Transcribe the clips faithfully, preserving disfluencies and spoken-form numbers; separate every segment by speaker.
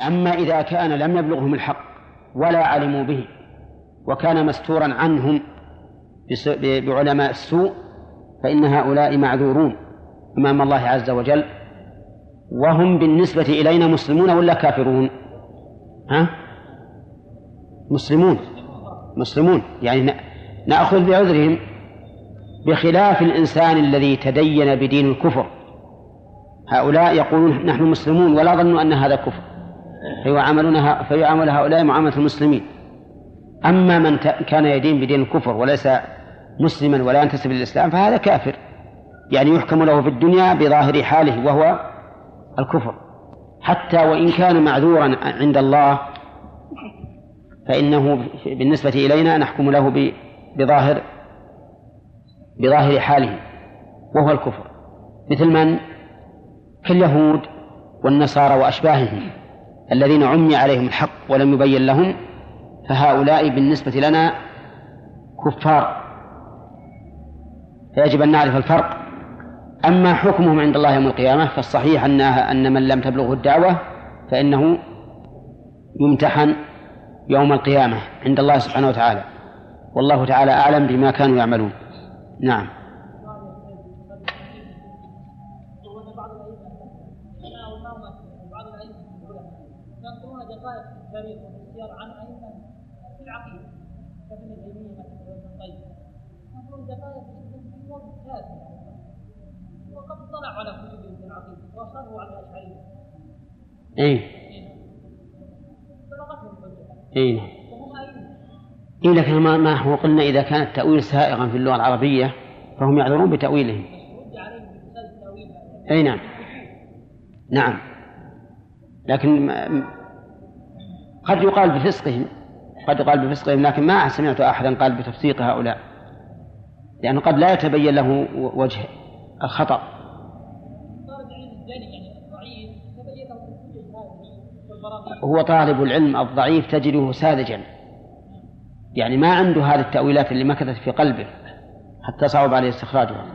Speaker 1: أما إذا كان لم يبلغهم الحق ولا علموا به وكان مستورا عنهم بعلماء السوء فإن هؤلاء معذورون أمام الله عز وجل. وهم بالنسبة إلينا مسلمون ولا كافرون؟ ها؟ مسلمون مسلمون يعني نأخذ بعذرهم، بخلاف الإنسان الذي تدين بدين الكفر. هؤلاء يقولون نحن مسلمون ولا ظنوا أن هذا كفر، فيعاملون فيعامل هؤلاء معاملة المسلمين. أما من كان يدين بدين الكفر وليس مسلما ولا ينتسب للإسلام فهذا كافر، يعني يحكم له في الدنيا بظاهر حاله وهو الكفر، حتى وإن كان معذورا عند الله فإنه بالنسبة إلينا نحكم له بظاهر بظاهر حاله وهو الكفر، مثل من؟ كاليهود والنصارى وأشباههم الذين عمي عليهم الحق ولم يبين لهم، فهؤلاء بالنسبة لنا كفار، فيجب أن نعرف الفرق. أما حكمهم عند الله يوم القيامة فالصحيح أنها أن من لم تبلغه الدعوة فإنه يمتحن يوم القيامة عند الله سبحانه وتعالى، والله تعالى أعلم بما كانوا يعملون. نعم.
Speaker 2: وقد طلع على كتب العقيدة وأصروا على الأشعرية.
Speaker 1: إيه. إيه. إيه لكن ما ما هو قلنا إذا كان التأويل سائغا في اللغة العربية فهم يعذرون بتأويلهم. أي نعم. نعم. لكن قد يقال بفسقهم قد يقال بفسقهم لكن ما سمعت أحدا قال بتفسيق هؤلاء، لأنه قد لا يتبين له وجه الخطأ. هو طالب العلم الضعيف تجده ساذجا، يعني ما عنده هذه التأويلات اللي مكثت في قلبه حتى صعب عليه استخراجها.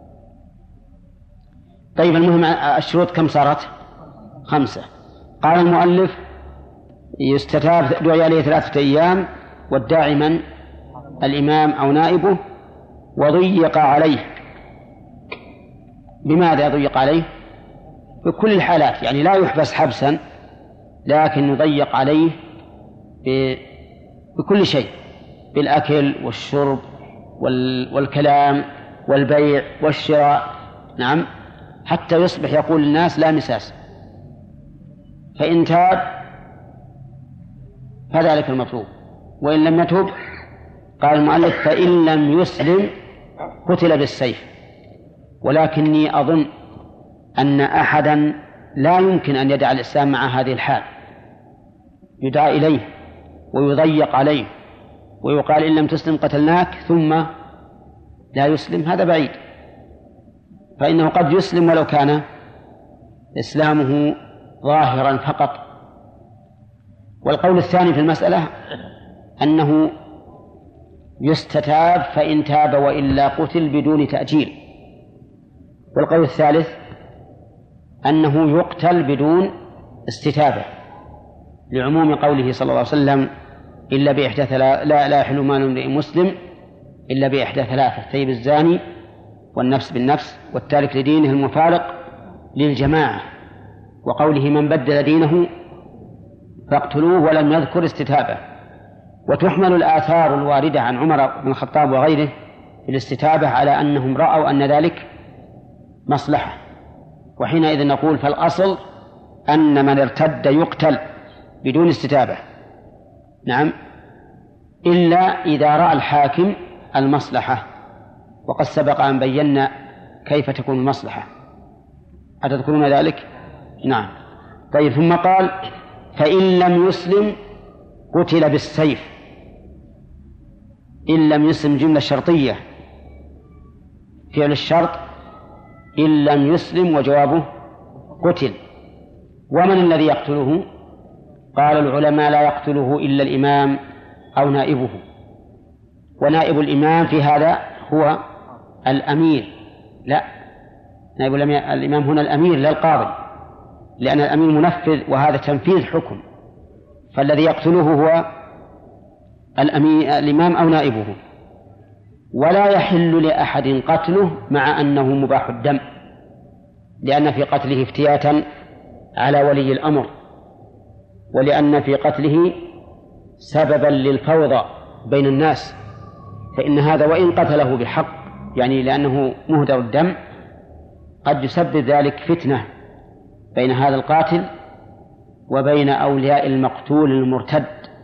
Speaker 1: طيب المهم الشروط كم صارت؟ خمسة. قال المؤلف يستتاب دعي عليه ثلاثة أيام والداعي من؟ الإمام أو نائبه، وضيق عليه. بماذا ضيق عليه؟ بكل الحالات، يعني لا يحبس حبسا لكن يضيق عليه بكل شيء، بالأكل والشرب والكلام والبيع والشراء. نعم، حتى يصبح يقول الناس لا مساس. فإن تاب فذلك المطلوب، وإن لم يتب قال المؤلف فإن لم يسلم قتل بالسيف. ولكني أظن أن أحدا لا يمكن أن يدع الإسلام مع هذه الحال، يدعى إليه ويضيق عليه ويقال إن لم تسلم قتلناك ثم لا يسلم، هذا بعيد. فإنه قد يسلم ولو كان إسلامه ظاهرا فقط. والقول الثاني في المسألة أنه يستتاب فإن تاب وإلا قتل بدون تأجيل. والقول الثالث أنه يقتل بدون استتابة، لعموم قوله صلى الله عليه وسلم إلا بإحدى ثلاث لا لا يحل مال امرئ مسلم إلا بإحدى ثلاثة: الثيب الزاني والنفس بالنفس والتارك لدينه المفارق للجماعة. وقوله من بدل دينه فاقتلوه ولم يذكر استتابة. وتحمل الآثار الواردة عن عمر بن الخطاب وغيره في الاستتابة على أنهم رأوا أن ذلك مصلحة، وحينئذ نقول فالأصل أن من ارتد يقتل بدون استتابة. نعم، إلا إذا رأى الحاكم المصلحة، وقد سبق أن بينا كيف تكون المصلحة، أتذكرون ذلك؟ نعم. طيب، ثم قال فإن لم يسلم قتل بالسيف. إن لم يسلم جملة شرطية، فعل الشرط إن لم يسلم وجوابه قتل. ومن الذي يقتله؟ قال العلماء لا يقتله إلا الإمام أو نائبه. ونائب الإمام في هذا هو الأمير، لا، نائب الإمام هنا الأمير لا القاضي، لأن الأمير منفذ وهذا تنفيذ حكم، فالذي يقتله هو الأمير الإمام أو نائبه. ولا يحل لأحد قتله مع أنه مباح الدم، لأن في قتله افتياتا على ولي الأمر، ولأن في قتله سببا للفوضى بين الناس، فإن هذا وإن قتله بحق يعني لأنه مهدر الدم قد يسبب ذلك فتنة بين هذا القاتل وبين أولياء المقتول المرتد،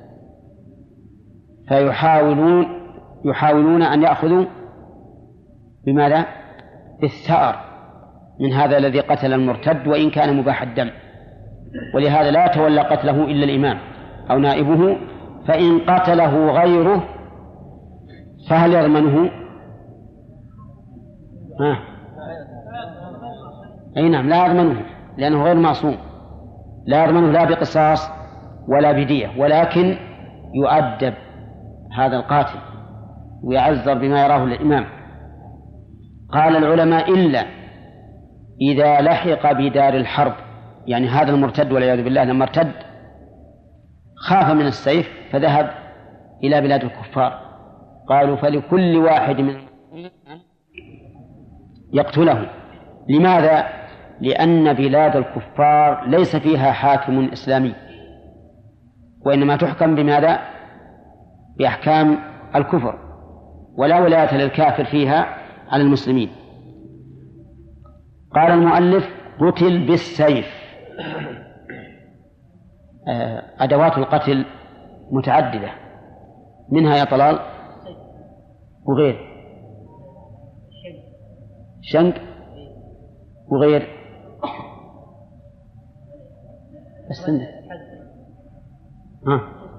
Speaker 1: فيحاولون يحاولون أن يأخذوا بماذا؟ بالثأر من هذا الذي قتل المرتد وإن كان مباح الدم، ولهذا لا يتولى قتله إلا الإمام أو نائبه، فإن قتله غيره فهل يضمنه؟ ها. أي نعم لا يضمنه لأنه غير معصوم، لا يضمنه لا بقصاص ولا بدية، ولكن يؤدب هذا القاتل ويعذر بما يراه الإمام. قال العلماء إلا إذا لحق بدار الحرب، يعني هذا المرتد والعياذ بالله لما ارتد خاف من السيف فذهب إلى بلاد الكفار، قالوا فلكل واحد من يقتله. لماذا؟ لأن بلاد الكفار ليس فيها حاكم إسلامي، وإنما تحكم بماذا؟ بأحكام الكفر، ولا ولاية للكافر فيها على المسلمين. قال المؤلف قتل بالسيف. أدوات القتل متعددة، منها يا طلال وغير شنق وغير السنة. ها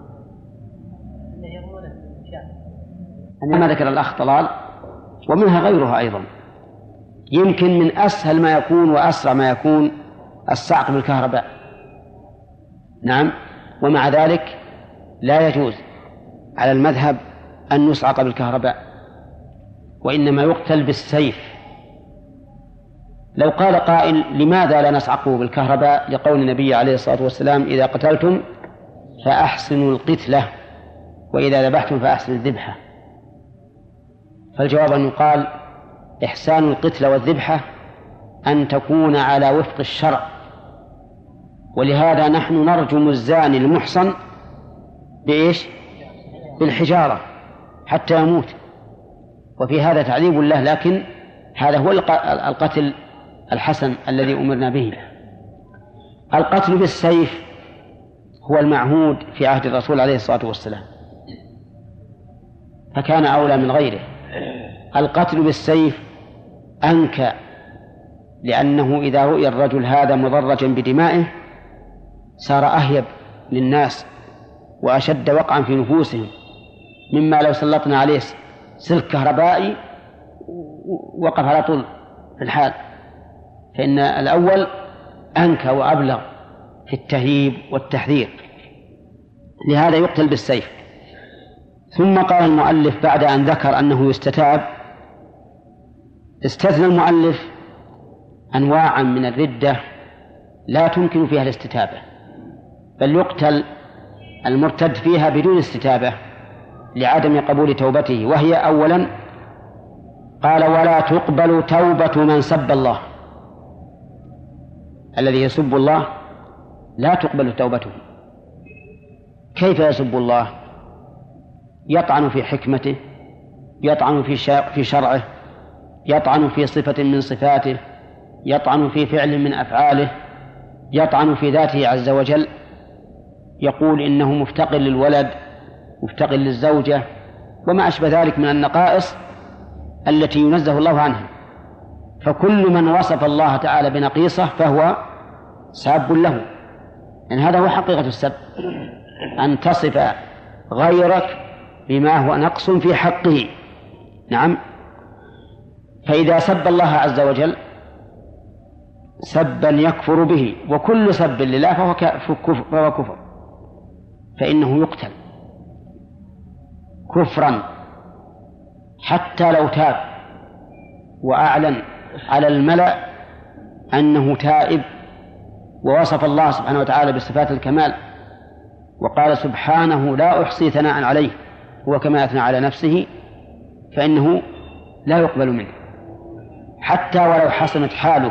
Speaker 1: أنا ما ذكر الأخ طلال، ومنها غيرها أيضا. يمكن من أسهل ما يكون وأسرع ما يكون الصعق بالكهرباء، نعم، ومع ذلك لا يجوز على المذهب أن يصعق بالكهرباء، وإنما يقتل بالسيف. لو قال قائل لماذا لا نصعقه بالكهرباء؟ لقول النبي عليه الصلاة والسلام إذا قتلتم فأحسنوا القتلة وإذا ذبحتم فأحسنوا الذبحة. فالجواب أن يقال إحسان القتلة والذبحة أن تكون على وفق الشرع، ولهذا نحن نرجم الزاني المحصن بإيش؟ بالحجارة حتى يموت، وفي هذا تعذيب الله، لكن هذا هو القتل الحسن الذي أمرنا به. القتل بالسيف هو المعهود في عهد الرسول عليه الصلاة والسلام، فكان أولى من غيره. القتل بالسيف أنكى، لأنه إذا رؤي الرجل هذا مضرجا بدمائه صار أهيب للناس وأشد وقعا في نفوسهم، مما لو سلطنا عليه سلك كهربائي وقف على طول في الحال. فإن الأول أنكى وأبلغ في التهييب والتحذير، لهذا يقتل بالسيف. ثم قال المؤلف بعد أن ذكر أنه يستتاب، استثنى المؤلف أنواعا من الردة لا تمكن فيها الاستتابة، بل يقتل المرتد فيها بدون استتابة لعدم قبول توبته. وهي أولا قال ولا تقبل توبة من سب الله، الذي يسب الله لا تقبل توبته. كيف يسب الله؟ يطعن في حكمته، يطعن في شرعه، يطعن في صفة من صفاته، يطعن في فعل من أفعاله، يطعن في ذاته عز وجل، يقول إنه مفتقر للولد، مفتقر للزوجة، وما أشبه ذلك من النقائص التي ينزه الله عنها. فكل من وصف الله تعالى بنقيصة فهو ساب له، يعني هذا هو حقيقة السب، أن تصف غيرك بما هو نقص في حقه. نعم. فإذا سب الله عز وجل سبا يكفر به، وكل سب لله فهو فهو كفر، فإنه يقتل كفرا حتى لو تاب وأعلن على الملأ أنه تائب ووصف الله سبحانه وتعالى بصفات الكمال وقال سبحانه لا أحصي ثناء عليه هو كما أثنى على نفسه، فإنه لا يقبل منه حتى ولو حسنت حاله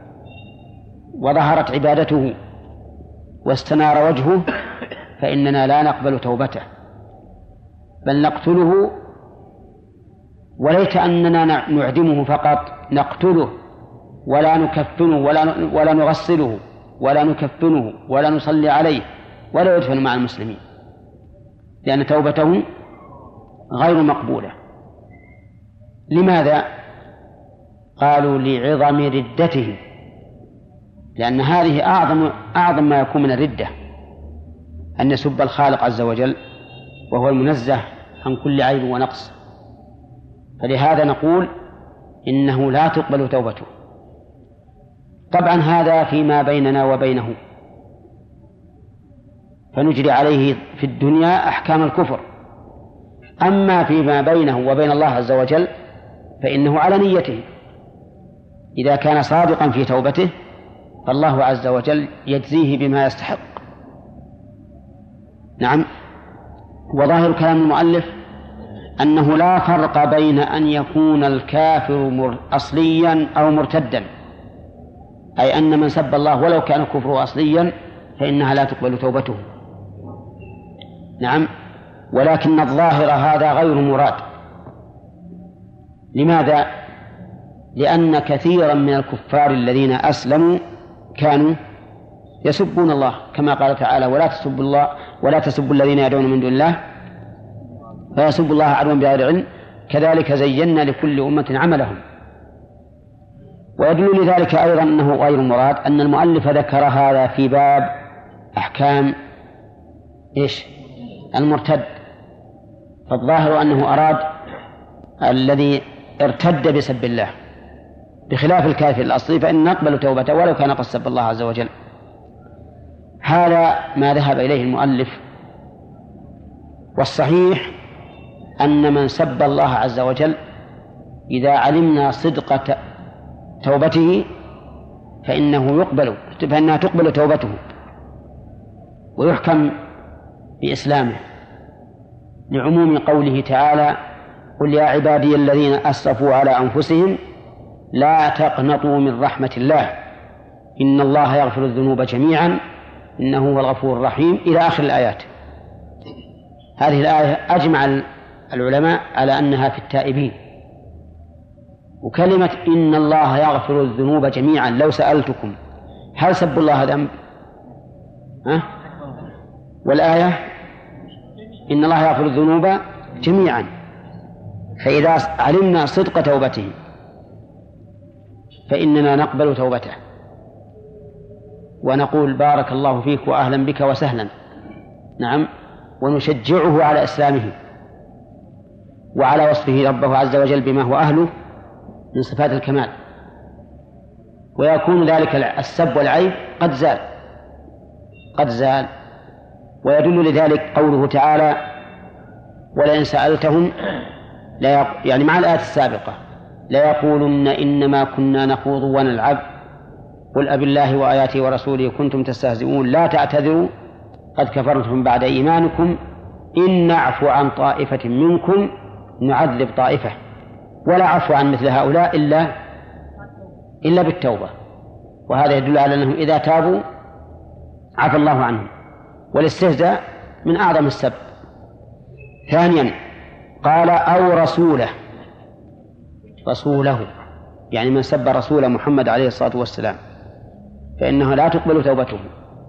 Speaker 1: وظهرت عبادته واستنار وجهه، فإننا لا نقبل توبته بل نقتله، وليت أننا نعدمه فقط، نقتله ولا نكفنه ولا ولا نغسله ولا نكفنه ولا نصلي عليه ولا يدفن مع المسلمين، لأن توبته غير مقبولة. لماذا؟ قالوا لعظم ردته، لأن هذه أعظم أعظم ما يكون من الردة، أن يسب الخالق عز وجل وهو المنزه عن كل عيب ونقص، فلهذا نقول إنه لا تقبل توبته. طبعا هذا فيما بيننا وبينه، فنجري عليه في الدنيا أحكام الكفر، أما فيما بينه وبين الله عز وجل فإنه على نيته، إذا كان صادقا في توبته فالله عز وجل يجزيه بما يستحق. نعم. وظاهر كلام المؤلف أنه لا فرق بين أن يكون الكافر أصليا أو مرتدا، أي أن من سب الله ولو كان كفره أصليا فإنها لا تقبل توبته. نعم. ولكن الظاهر هذا غير مراد. لماذا؟ لأن كثيرا من الكفار الذين أسلموا كانوا يسبون الله، كما قال تعالى ولا تسبوا الله ولا تسبوا الذين يدعون من دون الله فيسبوا الله عدوا بغير علم كذلك زينا لكل أمة عملهم. ويدل لذلك أيضا أنه غير مراد أن المؤلف ذكر هذا في باب أحكام إيش؟ المرتد، فالظاهر أنه أراد الذي ارتد بسب الله، بخلاف الكافر الأصلي فإن نقبل توبته ولو كان قد سب الله عز وجل. هذا ما ذهب إليه المؤلف. والصحيح أن من سب الله عز وجل إذا علمنا صدق توبته فإنه يقبل فإنها تقبل توبته ويحكم بإسلامه، لعموم قوله تعالى قل يا عبادي الذين أسرفوا على أنفسهم لا تقنطوا من رحمة الله إن الله يغفر الذنوب جميعا إنه هو الغفور الرحيم إلى آخر الآيات. هذه الآية أجمع العلماء على أنها في التائبين. وكلمة إن الله يغفر الذنوب جميعا لو سألتكم هل سب الله ذنب؟ أه؟ والآية إن الله يغفر الذنوب جميعا، فإذا علمنا صدق توبته فإننا نقبل توبته ونقول بارك الله فيك وأهلا بك وسهلا. نعم. ونشجعه على إسلامه وعلى وصفه ربه عز وجل بما هو أهله من صفات الكمال، ويكون ذلك السب والعيب قد زال قد زال ويدل لذلك قوله تعالى ولئن سألتهم لا يق... يعني مع الآية السابقة لا يقولن إنما كنا نخوض ونلعب قل أب الله وآياته ورسوله كنتم تستهزئون لا تعتذروا قد كفرتم بعد إيمانكم إن نعفو عن طائفة منكم نعذب طائفة، ولا عفو عن مثل هؤلاء إلا إلا بالتوبة. وهذا يدل على أنهم إذا تابوا عفى الله عنهم. والاستهزاء من أعظم السب. ثانيا قال أو رسوله، رسوله يعني من سب رسول محمد عليه الصلاة والسلام فإنه لا تقبل توبته،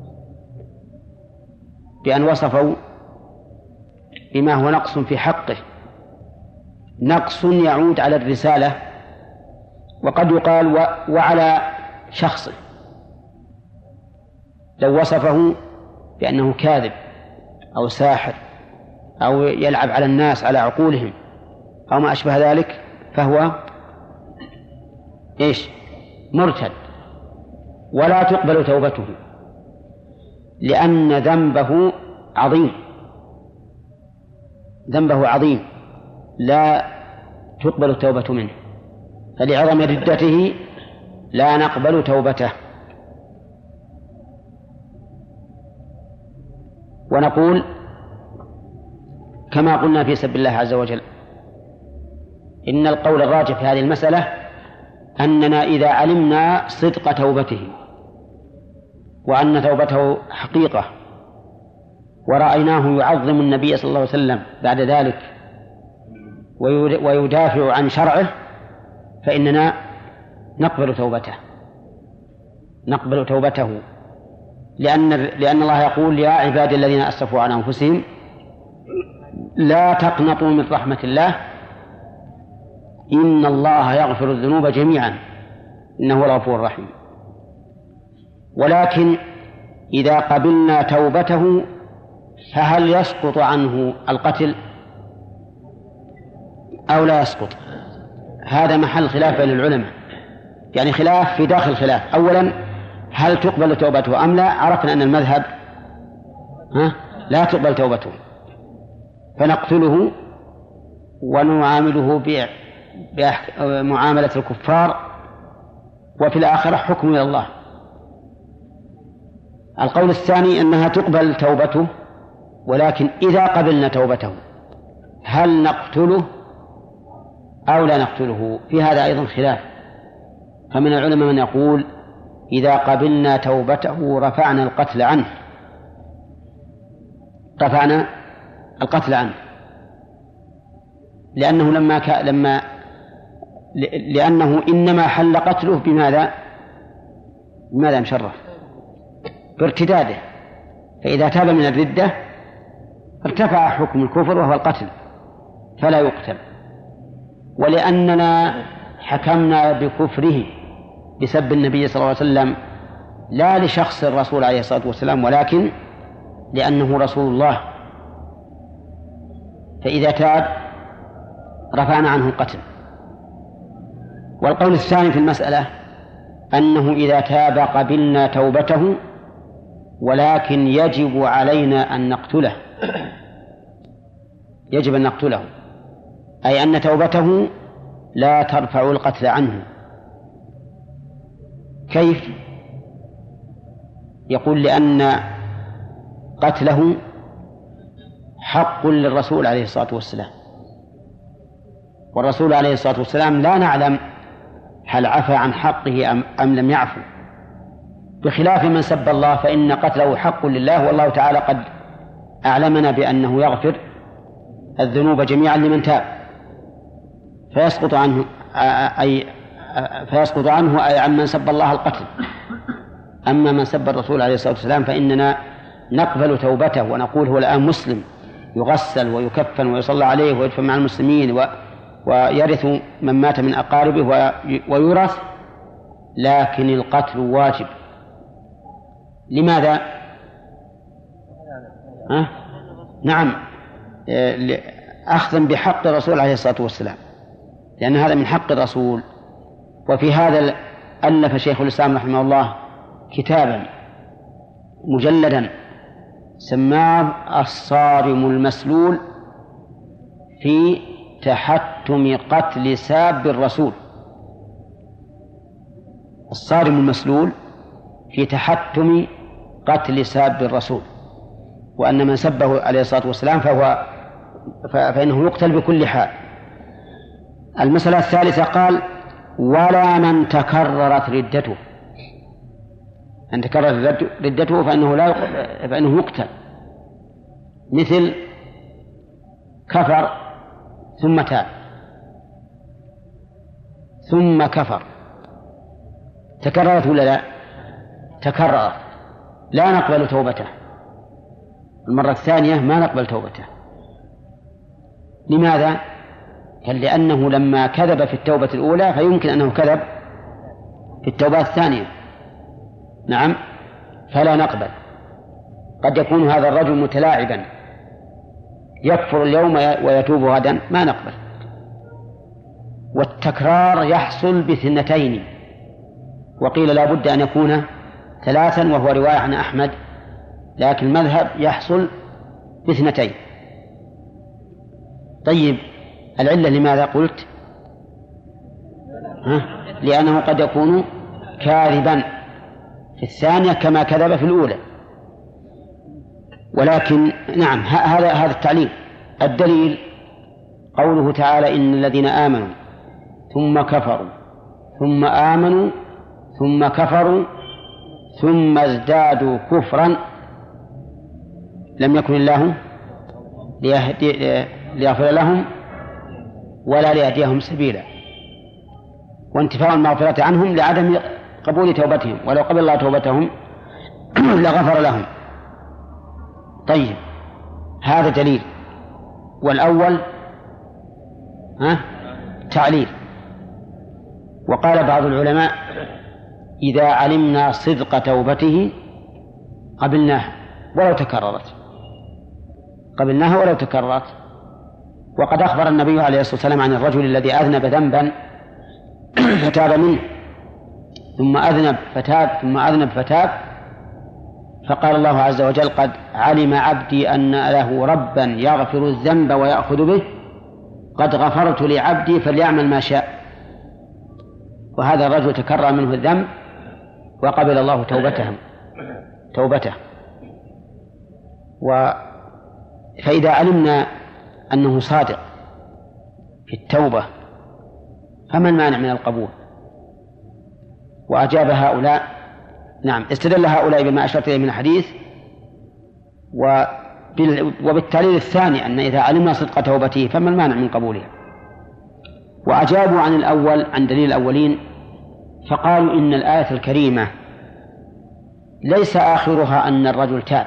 Speaker 1: بأن وصفوا بما هو نقص في حقه، نقص يعود على الرسالة وقد يقال وعلى شخصه. لو وصفه بأنه كاذب أو ساحر أو يلعب على الناس على عقولهم أو ما أشبه ذلك فهو إيش؟ مرتد ولا تقبل توبته، لأن ذنبه عظيم ذنبه عظيم لا تقبل التوبة منه، فلعظم ردته لا نقبل توبته. ونقول كما قلنا في سب الله عز وجل إن القول الراجح في هذه المسألة أننا إذا علمنا صدق توبته وأن توبته حقيقة ورأيناه يعظم النبي صلى الله عليه وسلم بعد ذلك ويدافع عن شرعه فإننا نقبل توبته نقبل توبته لأن لأن الله يقول يا عبادي الذين أسرفوا على أنفسهم لا تقنطوا من رحمة الله إن الله يغفر الذنوب جميعا إنه الغفور الرحيم. ولكن إذا قبلنا توبته فهل يسقط عنه القتل أو لا يسقط؟ هذا محل خلاف بين العلماء، يعني خلاف في داخل خلاف. أولا هل تقبل توبته أم لا؟ عرفنا أن المذهب ها لا تقبل توبته فنقتله ونعامله بمعاملة الكفار وفي الآخرة حكم إلى الله. القول الثاني أنها تقبل توبته ولكن إذا قبلنا توبته هل نقتله أو لا نقتله؟ في هذا أيضا خلاف. فمن العلماء من يقول إذا قبلنا توبته رفعنا القتل عنه رفعنا القتل عنه لأنه لما ك... لما لأنه إنما حل قتله بماذا بماذا مشرف بارتداده، فإذا تاب من الردة ارتفع حكم الكفر وهو القتل فلا يقتل. ولأننا حكمنا بكفره بسب النبي صلى الله عليه وسلم لا لشخص الرسول عليه الصلاة والسلام ولكن لأنه رسول الله، فإذا تاب رفعنا عنه القتل. والقول الثاني في المسألة أنه إذا تاب قبلنا توبته ولكن يجب علينا أن نقتله يجب أن نقتله أي أن توبته لا ترفع القتل عنه. كيف؟ يقول لأن قتله حق للرسول عليه الصلاة والسلام، والرسول عليه الصلاة والسلام لا نعلم هل عفى عن حقه أم, أم لم يعفو، بخلاف من سب الله فإن قتله حق لله، والله تعالى قد أعلمنا بأنه يغفر الذنوب جميعا لمن تاب فيسقط عنه أي فيسقط عنه أي عمن سب الله القتل. أما من سب الرسول عليه الصلاة والسلام فإننا نقبل توبته ونقول هو الآن مسلم يغسل ويكفن ويصلى عليه ويدفن مع المسلمين و... ويرث من مات من أقاربه و... ويورث، لكن القتل واجب. لماذا؟ أه؟ نعم أخذا بحق الرسول عليه الصلاة والسلام، لأن هذا من حق الرسول. وفي هذا ألف شيخ الإسلام رحمه الله كتابا مجلدا سماه الصارم المسلول في تحتم قتل ساب الرسول. الصارم المسلول في تحتم قتل ساب الرسول، وأن من سبه عليه الصلاة والسلام فهو فإنه يقتل بكل حال. المسألة الثالثة قال ولا من تكررت ردته، أن تكررت ردته فإنه لا فإنه يقتل، مثل كفر ثم تاب ثم كفر، تكررت ولا لا؟ تكررت، لا نقبل توبته المرة الثانية، ما نقبل توبته. لماذا؟ قال لأنه لما كذب في التوبة الأولى فيمكن أنه كذب في التوبة الثانية، نعم، فلا نقبل. قد يكون هذا الرجل متلاعبا يكفر اليوم ويتوب غدا، ما نقبل. والتكرار يحصل باثنتين، وقيل لا بد أن يكون ثلاثا وهو رواية عن أحمد، لكن المذهب يحصل باثنتين. طيب العلة لماذا قلت؟ ها؟ لأنه قد يكون كاذبا في الثانية كما كذب في الأولى. ولكن نعم هذا هذا التعليل. الدليل قوله تعالى إن الذين آمنوا ثم كفروا ثم آمنوا ثم كفروا ثم ازدادوا كفرا لم يكن الله ليغفر لهم ولا ليهديهم سبيلا، وانتفاء المغفرة عنهم لعدم قبول توبتهم، ولو قبل الله توبتهم لغفر لهم. طيب هذا دليل. والأول ها تعليل. وقال بعض العلماء إذا علمنا صدق توبته قبلناها ولو تكررت قبلناها ولو تكررت. وقد أخبر النبي عليه الصلاة والسلام عن الرجل الذي أذنب ذنبا فتاب منه ثم أذنب فتاب ثم أذنب فتاب، فقال الله عز وجل قد علم عبدي أن له ربا يغفر الذنب ويأخذ به، قد غفرت لعبدي فليعمل ما شاء. وهذا الرجل تكرر منه الذنب وقبل الله توبته توبته و فإذا علمنا أنه صادق في التوبة فما المانع من القبول؟ وأجاب هؤلاء نعم استدل هؤلاء بما أشرت إليه من الحديث وبالتعليل الثاني أن إذا علمنا صدق توبته فما المانع من قبولها. وأجابوا عن الأول عن دليل الأولين فقالوا إن الآية الكريمة ليس آخرها أن الرجل تاب،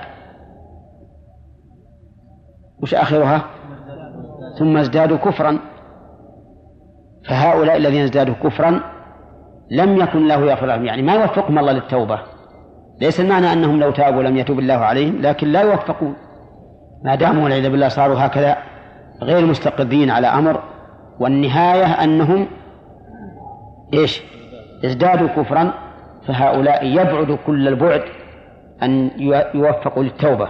Speaker 1: وش آخرها؟ ثم ازدادوا كفرا، فهؤلاء الذين ازدادوا كفرا لم يكن له يغفر لهم، يعني ما يوفقهم الله للتوبة. ليس المعنى أنهم لو تابوا لم يتوب الله عليهم، لكن لا يوفقون ما داموا والعياذ بالله صاروا هكذا غير مستقرين على أمر، والنهاية أنهم إيش؟ ازدادوا كفرا. فهؤلاء يبعد كل البعد أن يوفقوا للتوبة.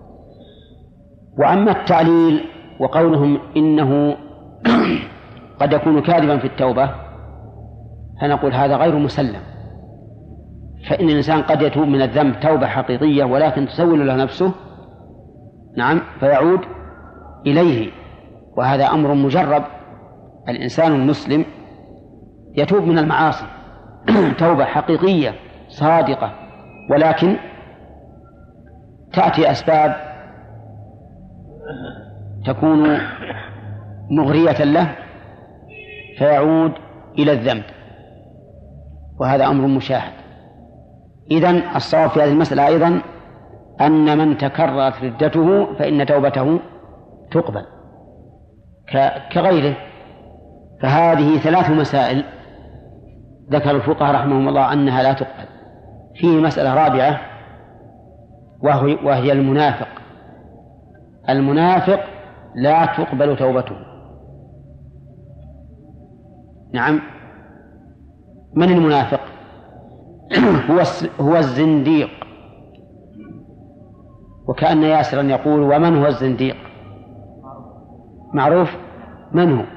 Speaker 1: وأما التعليل وقولهم إنه قد يكون كاذبا في التوبة فنقول هذا غير مسلم، فإن الإنسان قد يتوب من الذنب توبة حقيقية ولكن تسول له نفسه نعم فيعود إليه، وهذا أمر مجرب. الإنسان المسلم يتوب من المعاصي توبة حقيقية صادقة، ولكن تأتي أسباب تكون مغرية له فيعود إلى الذنب، وهذا أمر مشاهد. إذن الصواب في هذه المسألة أيضا أن من تكررت ردته فإن توبته تقبل كغيره. فهذه ثلاث مسائل ذكر الفقهاء رحمهم الله أنها لا تقبل. فيه مسألة رابعة وهي المنافق. المنافق لا تقبل توبته. نعم. من المنافق؟ هو هو الزنديق. وكأن ياسرا يقول ومن هو الزنديق؟ معروف من هو؟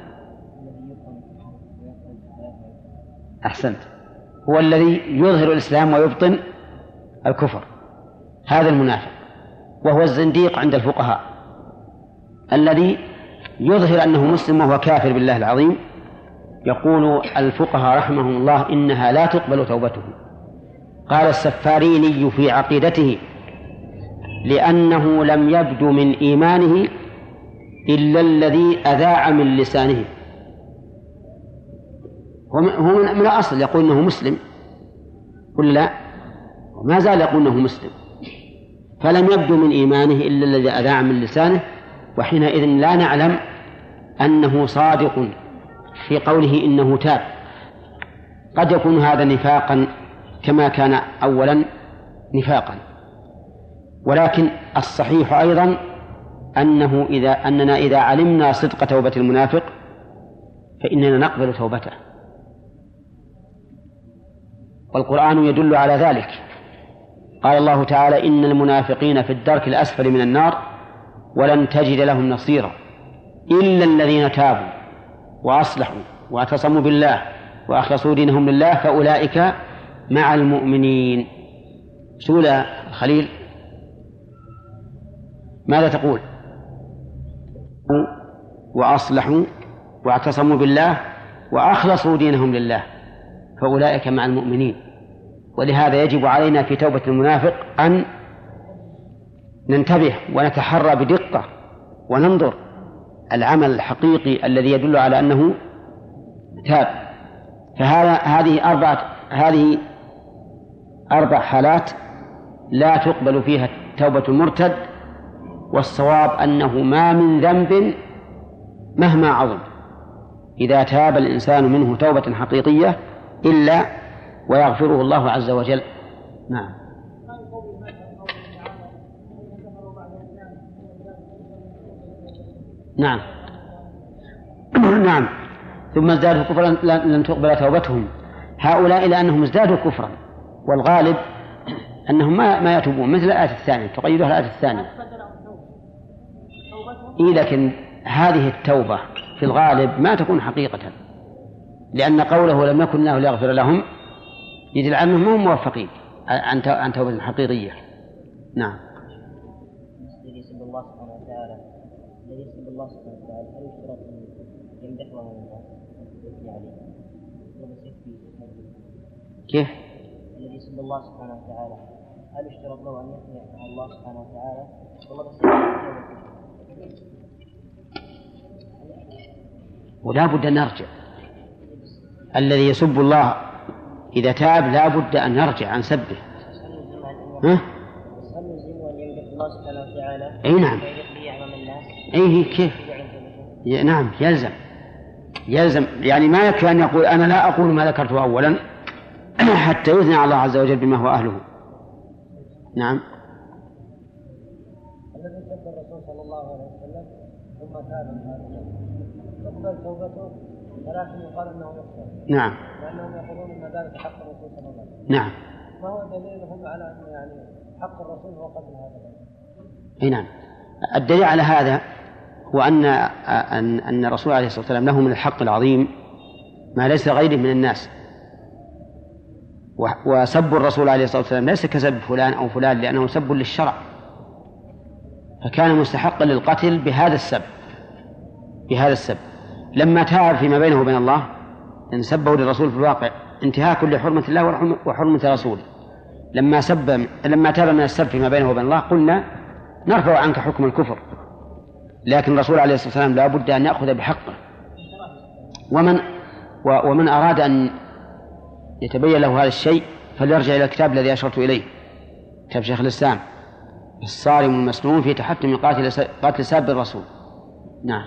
Speaker 1: أحسنت، هو الذي يظهر الإسلام ويبطن الكفر، هذا المنافق. وهو الزنديق عند الفقهاء الذي يظهر أنه مسلم وهو كافر بالله العظيم. يقول الفقهاء رحمهم الله إنها لا تقبل توبته. قال السفاريني في عقيدته لأنه لم يبدو من إيمانه إلا الذي أذاع من لسانه. هو من الأصل يقول أنه مسلم ولا لا؟ ما زال يقول أنه مسلم، فلم يبدو من إيمانه إلا الذي أذاع من لسانه، وحينئذ لا نعلم أنه صادق في قوله إنه تاب. قد يكون هذا نفاقا كما كان أولا نفاقا، ولكن الصحيح أيضا أنه إذا أننا إذا علمنا صدق توبة المنافق فإننا نقبل توبته، والقرآن يدل على ذلك. قال الله تعالى إن المنافقين في الدرك الأسفل من النار ولن تجد لهم نصيرا إلا الذين تابوا وأصلحوا واعتصموا بالله وأخلصوا دينهم لله فأولئك مع المؤمنين. سؤال خليل. ماذا تقول؟ وأصلحوا واعتصموا بالله وأخلصوا دينهم لله فأولئك مع المؤمنين. ولهذا يجب علينا في توبة المنافق أن ننتبه ونتحرى بدقة وننظر العمل الحقيقي الذي يدل على أنه تاب. فهذا هذه أربعة هذه أربع حالات لا تقبل فيها توبة المرتد، والصواب أنه ما من ذنب مهما عظم إذا تاب الإنسان منه توبة حقيقية إلا ويغفره الله عز وجل. نعم. نعم نعم ثم ازدادوا كفرا لن تقبل توبتهم. هؤلاء لأنهم ازدادوا كفرا، والغالب أنهم ما ما يتوبون، مثل الآية الثانية تقيدها الآية الثانية. إيه لكن هذه التوبة في الغالب ما تكون حقيقة، لأن قوله لم يكن الله ليغفر لهم يدل على أنهم هم موفقين عن توبة حقيقية. نعم.
Speaker 3: الذي يسب الله سبحانه وتعالى الذي يسب الله سبحانه وتعالى هل يشترط أن يمدحه من الناس يعني
Speaker 1: كيف؟
Speaker 3: الذي يسب الله سبحانه وتعالى هل يشترط له أن يثني الله سبحانه وتعالى والله بس
Speaker 1: ولا بد أن نرجع. الذي يسب الله إذا تاب لا بد أن يرجع عن سبه. ها؟
Speaker 3: الله سبحانه وتعالى.
Speaker 1: أي نعم. أي كيف؟ نعم يلزم يلزم يعني ما يكفي أن يقول أنا لا أقول ما ذكرته أولا حتى يثني على الله عز وجل بما هو أهله. نعم.
Speaker 2: الذي سب الرسول صلى الله عليه وسلم ثم تاب من هذا قبل توبته ولكن يقال انه يغفر.
Speaker 1: نعم.
Speaker 2: لانهم يقولون ان ذلك حق الرسول صلى الله عليه وسلم.
Speaker 1: نعم.
Speaker 2: ما هو دليلهم على انه يعني حق الرسول هو قبل هذا؟
Speaker 1: اي نعم. الدليل على هذا هو ان ان ان الرسول عليه الصلاه والسلام له من الحق العظيم ما ليس غيره من الناس، وسب الرسول عليه الصلاه والسلام ليس كسب فلان او فلان لانه سب للشرع، فكان مستحقا للقتل بهذا السب بهذا السب. لما تاب فيما بينه وبين الله ان سبه للرسول في الواقع انتهاك لحرمه الله وحرمه رسوله. لما سب لما تاب من السب فيما بينه وبين الله قلنا نرفع عنك حكم الكفر، لكن الرسول عليه الصلاه والسلام لا بد ان ياخذ بحقه. ومن ومن اراد ان يتبين له هذا الشيء فليرجع الى الكتاب الذي اشرت اليه، كتاب شيخ الاسلام الصارم المسنون في تحتم قاتل قاتل ساب الرسول. نعم.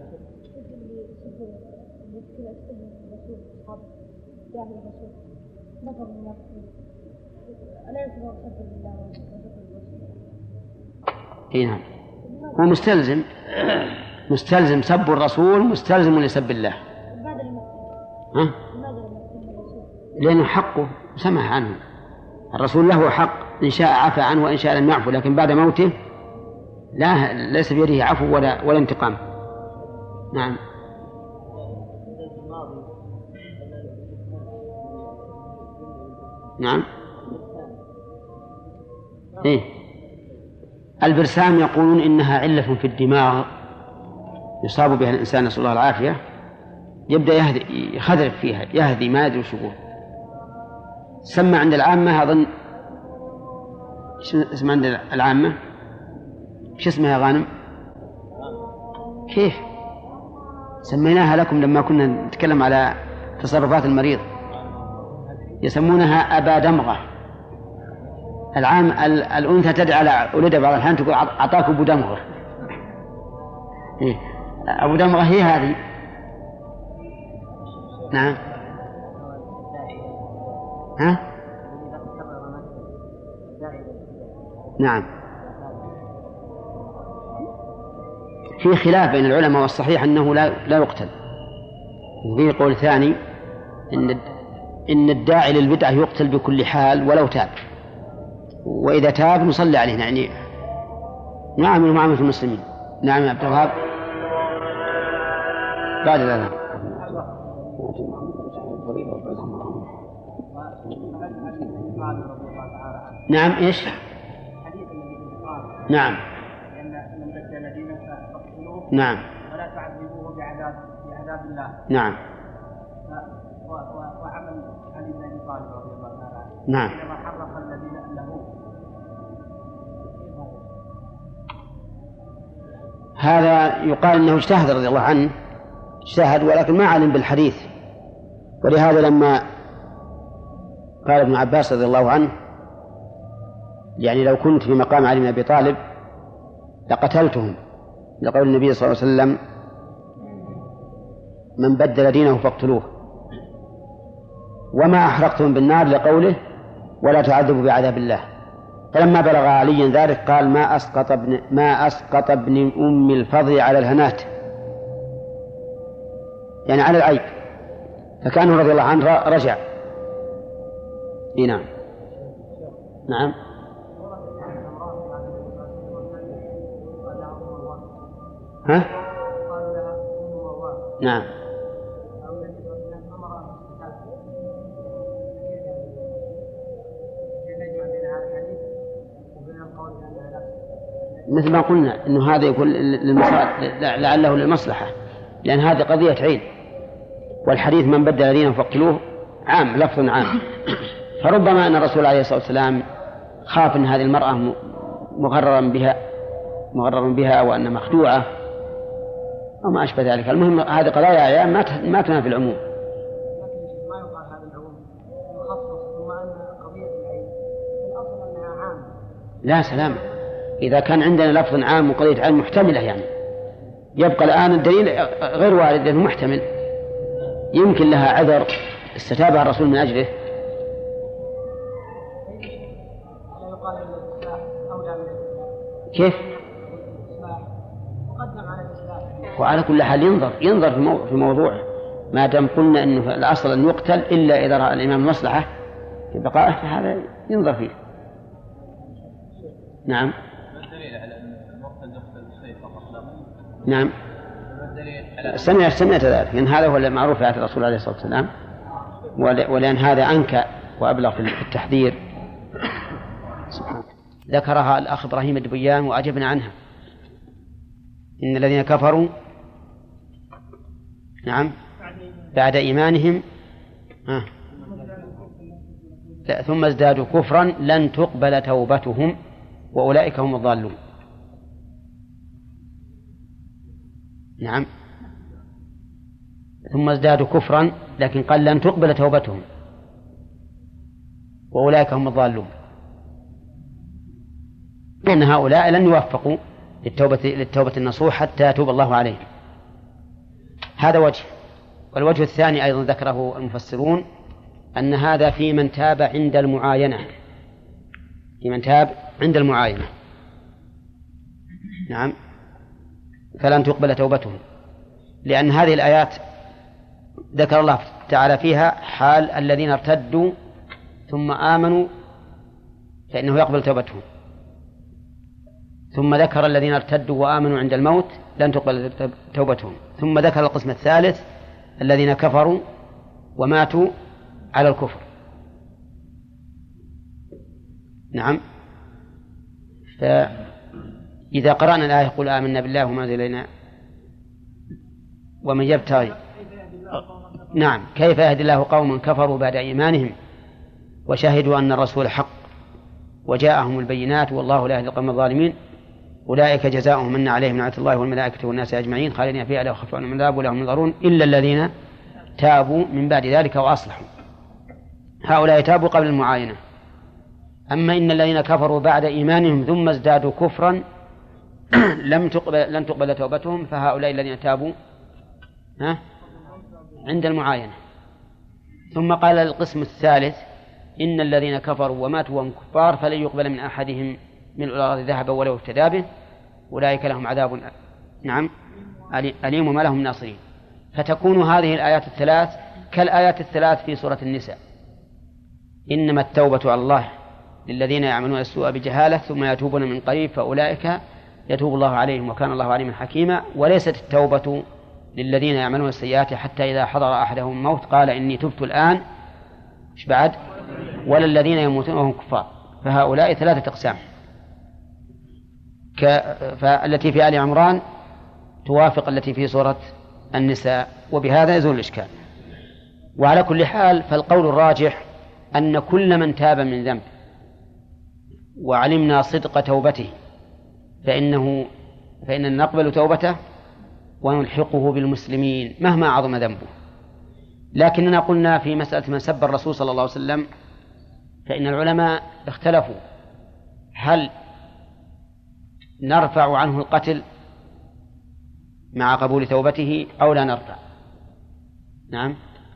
Speaker 1: اي نعم. هو مستلزم مستلزم سب الرسول مستلزم لسب الله. ها؟ لأنه حقه سمح عنه. الرسول له حق إن شاء عفى عنه وإن شاء لم يعفو، لكن بعد موته لا ليس بيده عفو ولا ولا انتقام. نعم. نعم. إيه؟ البرسام يقولون إنها علة في الدماغ يصاب بها الإنسان نسأل الله العافية، يبدأ يهدي يخذرف فيها يهدي ما يدري وش يقول. سمى عند العامة أظن اسمها عند العامة شو اسمها يا غانم؟ كيف؟ سميناها لكم لما كنا نتكلم على تصرفات المريض يسمونها أبا دمغة. العام الأنثى تدعى على ولدها بعض الأحيان تقول أعطاك أبو دمغة. إيه؟ أبو دمغة هي هذه. نعم. ها؟ نعم. في خلاف بين العلماء والصحيح أنه لا لا يقتل. وفي قول ثاني إن إن الداعي للبدعة يقتل بكل حال ولو تاب، وإذا تاب نصلي عليه يعني نعمل معاملة المسلمين. نعم يا عبد الوهاب. بعد ذلك نعم. إيش؟ نعم.
Speaker 2: لأن من بدل دينه فاقتلوه
Speaker 1: نعم
Speaker 2: ولا تعذبوه بعذاب بعذاب الله.
Speaker 1: نعم
Speaker 2: وعمل علي بن ابي طالب رضي الله تعالى عنه
Speaker 1: نعم
Speaker 2: حينما حرق الذين له.
Speaker 1: هذا يقال انه اجتهد رضي الله عنه، اجتهد ولكن ما علم بالحديث، ولهذا لما قال ابن عباس رضي الله عنه يعني لو كنت في مقام علي بن ابي طالب لقتلتهم، لقول النبي صلى الله عليه وسلم من بدل دينه فاقتلوه، وما أحرقتهم بالنار لقوله ولا تعذبوا بعذاب الله. فلما بلغ علي ذلك قال ما أسقط ابن ما أسقط ابن أم الفضل على الهنات، يعني على العيب، فكان رضي الله عنه رجع. إيه نعم نعم ها نعم مثل ما قلنا إنه هذا يقول لعله للمصلحة، لأن هذه قضية عين، والحديث من بدل دينه فاقتلوه عام، لفظ عام. فربما أن الرسول عليه الصلاة والسلام خاف أن هذه المرأة مغررا بها مغرر بها أو أن مخدوعة أو ما أشبه ذلك. المهم هذه قضايا أعيان ما تنافي العموم.
Speaker 2: لكن ما يقال هذا العموم يخصص ثم أن قضية العين في الأصل أنها عام.
Speaker 1: لا سلام، إذا كان عندنا لفظ عام وقضية عين محتملة يعني يبقى الآن الدليل غير وارد لأنه محتمل، يمكن لها عذر استتابع الرسول من أجله. كيف؟ وعلى كل حال ينظر ينظر في, مو... في موضوعه، ما دام قلنا أنه الأصل أن يقتل إلا إذا رأى الإمام المصلحة في بقائه، فهذا ينظر فيه. نعم.
Speaker 4: ما الدليل على أن المقتل يقتل الشيء فقط لا؟
Speaker 1: نعم. سمعت سمعت ذلك، لأن هذا هو المعروف في عهد الرسول عليه الصلاة والسلام، ولأن هذا أنكى وأبلغ في التحذير. ذكرها الأخ إبراهيم الدبيان وأجبنا عنها. إن الذين كفروا نعم بعد إيمانهم آه. ثم ازدادوا كفرا لن تقبل توبتهم وأولئك هم الضالون. نعم ثم ازدادوا كفرا، لكن قال لن تقبل توبتهم وأولئك هم الضالون، لأن هؤلاء لن يوفقوا للتوبة, للتوبة النصوح حتى يتوب الله عليه. هذا وجه. والوجه الثاني أيضا ذكره المفسرون أن هذا في من تاب عند المعاينة، في من تاب عند المعاينة نعم فلن تقبل توبتهم، لأن هذه الآيات ذكر الله تعالى فيها حال الذين ارتدوا ثم آمنوا فإنه يقبل توبتهم، ثم ذكر الذين ارتدوا وآمنوا عند الموت لن تقبل توبتهم، ثم ذكر القسم الثالث الذين كفروا وماتوا على الكفر. نعم فإذا قرأنا الآية قل آمنا بالله وما أنزل إلينا ومن يبتغي نعم كيف يهدي الله قوما كفروا بعد إيمانهم وشهدوا أن الرسول حق وجاءهم البينات والله لا يهدي القوم الظالمين أولئك جزاؤهم أن عليهم لعنة الله والملائكة والناس أجمعين خالدين فيها لا يخفف عنهم العذاب ولا هم ينظرون إلا الذين تابوا من بعد ذلك وأصلحوا، هؤلاء تابوا قبل المعاينة. أما إن الذين كفروا بعد إيمانهم ثم ازدادوا كفرا لم تقبل لن تقبل توبتهم، فهؤلاء الذين تابوا ها عند المعاينة. ثم قال القسم الثالث إن الذين كفروا وماتوا وهم كفار فلن يقبل من أحدهم من الأرض ذهبا ولو افتدى به أولئك لهم عذاب نعم أليم وما لهم ناصرين. فتكون هذه الآيات الثلاث كالآيات الثلاث في سورة النساء، إنما التوبة على الله للذين يعملون السوء بجهالة ثم يتوبون من قريب فأولئك يتوب الله عليهم وكان الله عليما حكيما. وليست التوبة للذين يعملون السيئات حتى إذا حضر أحدهم الموت قال إني تبت الآن إيش بعد ولا الذين يموتون وهم كفار، فهؤلاء ثلاثة أقسام. ك... فالتي في آل عمران توافق التي في سورة النساء، وبهذا يزول الإشكال. وعلى كل حال فالقول الراجح أن كل من تاب من ذنب وعلمنا صدق توبته فإنه فإننا نقبل توبته ونلحقه بالمسلمين مهما عظم ذنبه. لكننا قلنا في مسألة من سب الرسول صلى الله عليه وسلم فإن العلماء اختلفوا هل نرفع عنه القتل مع قبول توبته أو لا نرفع. نعم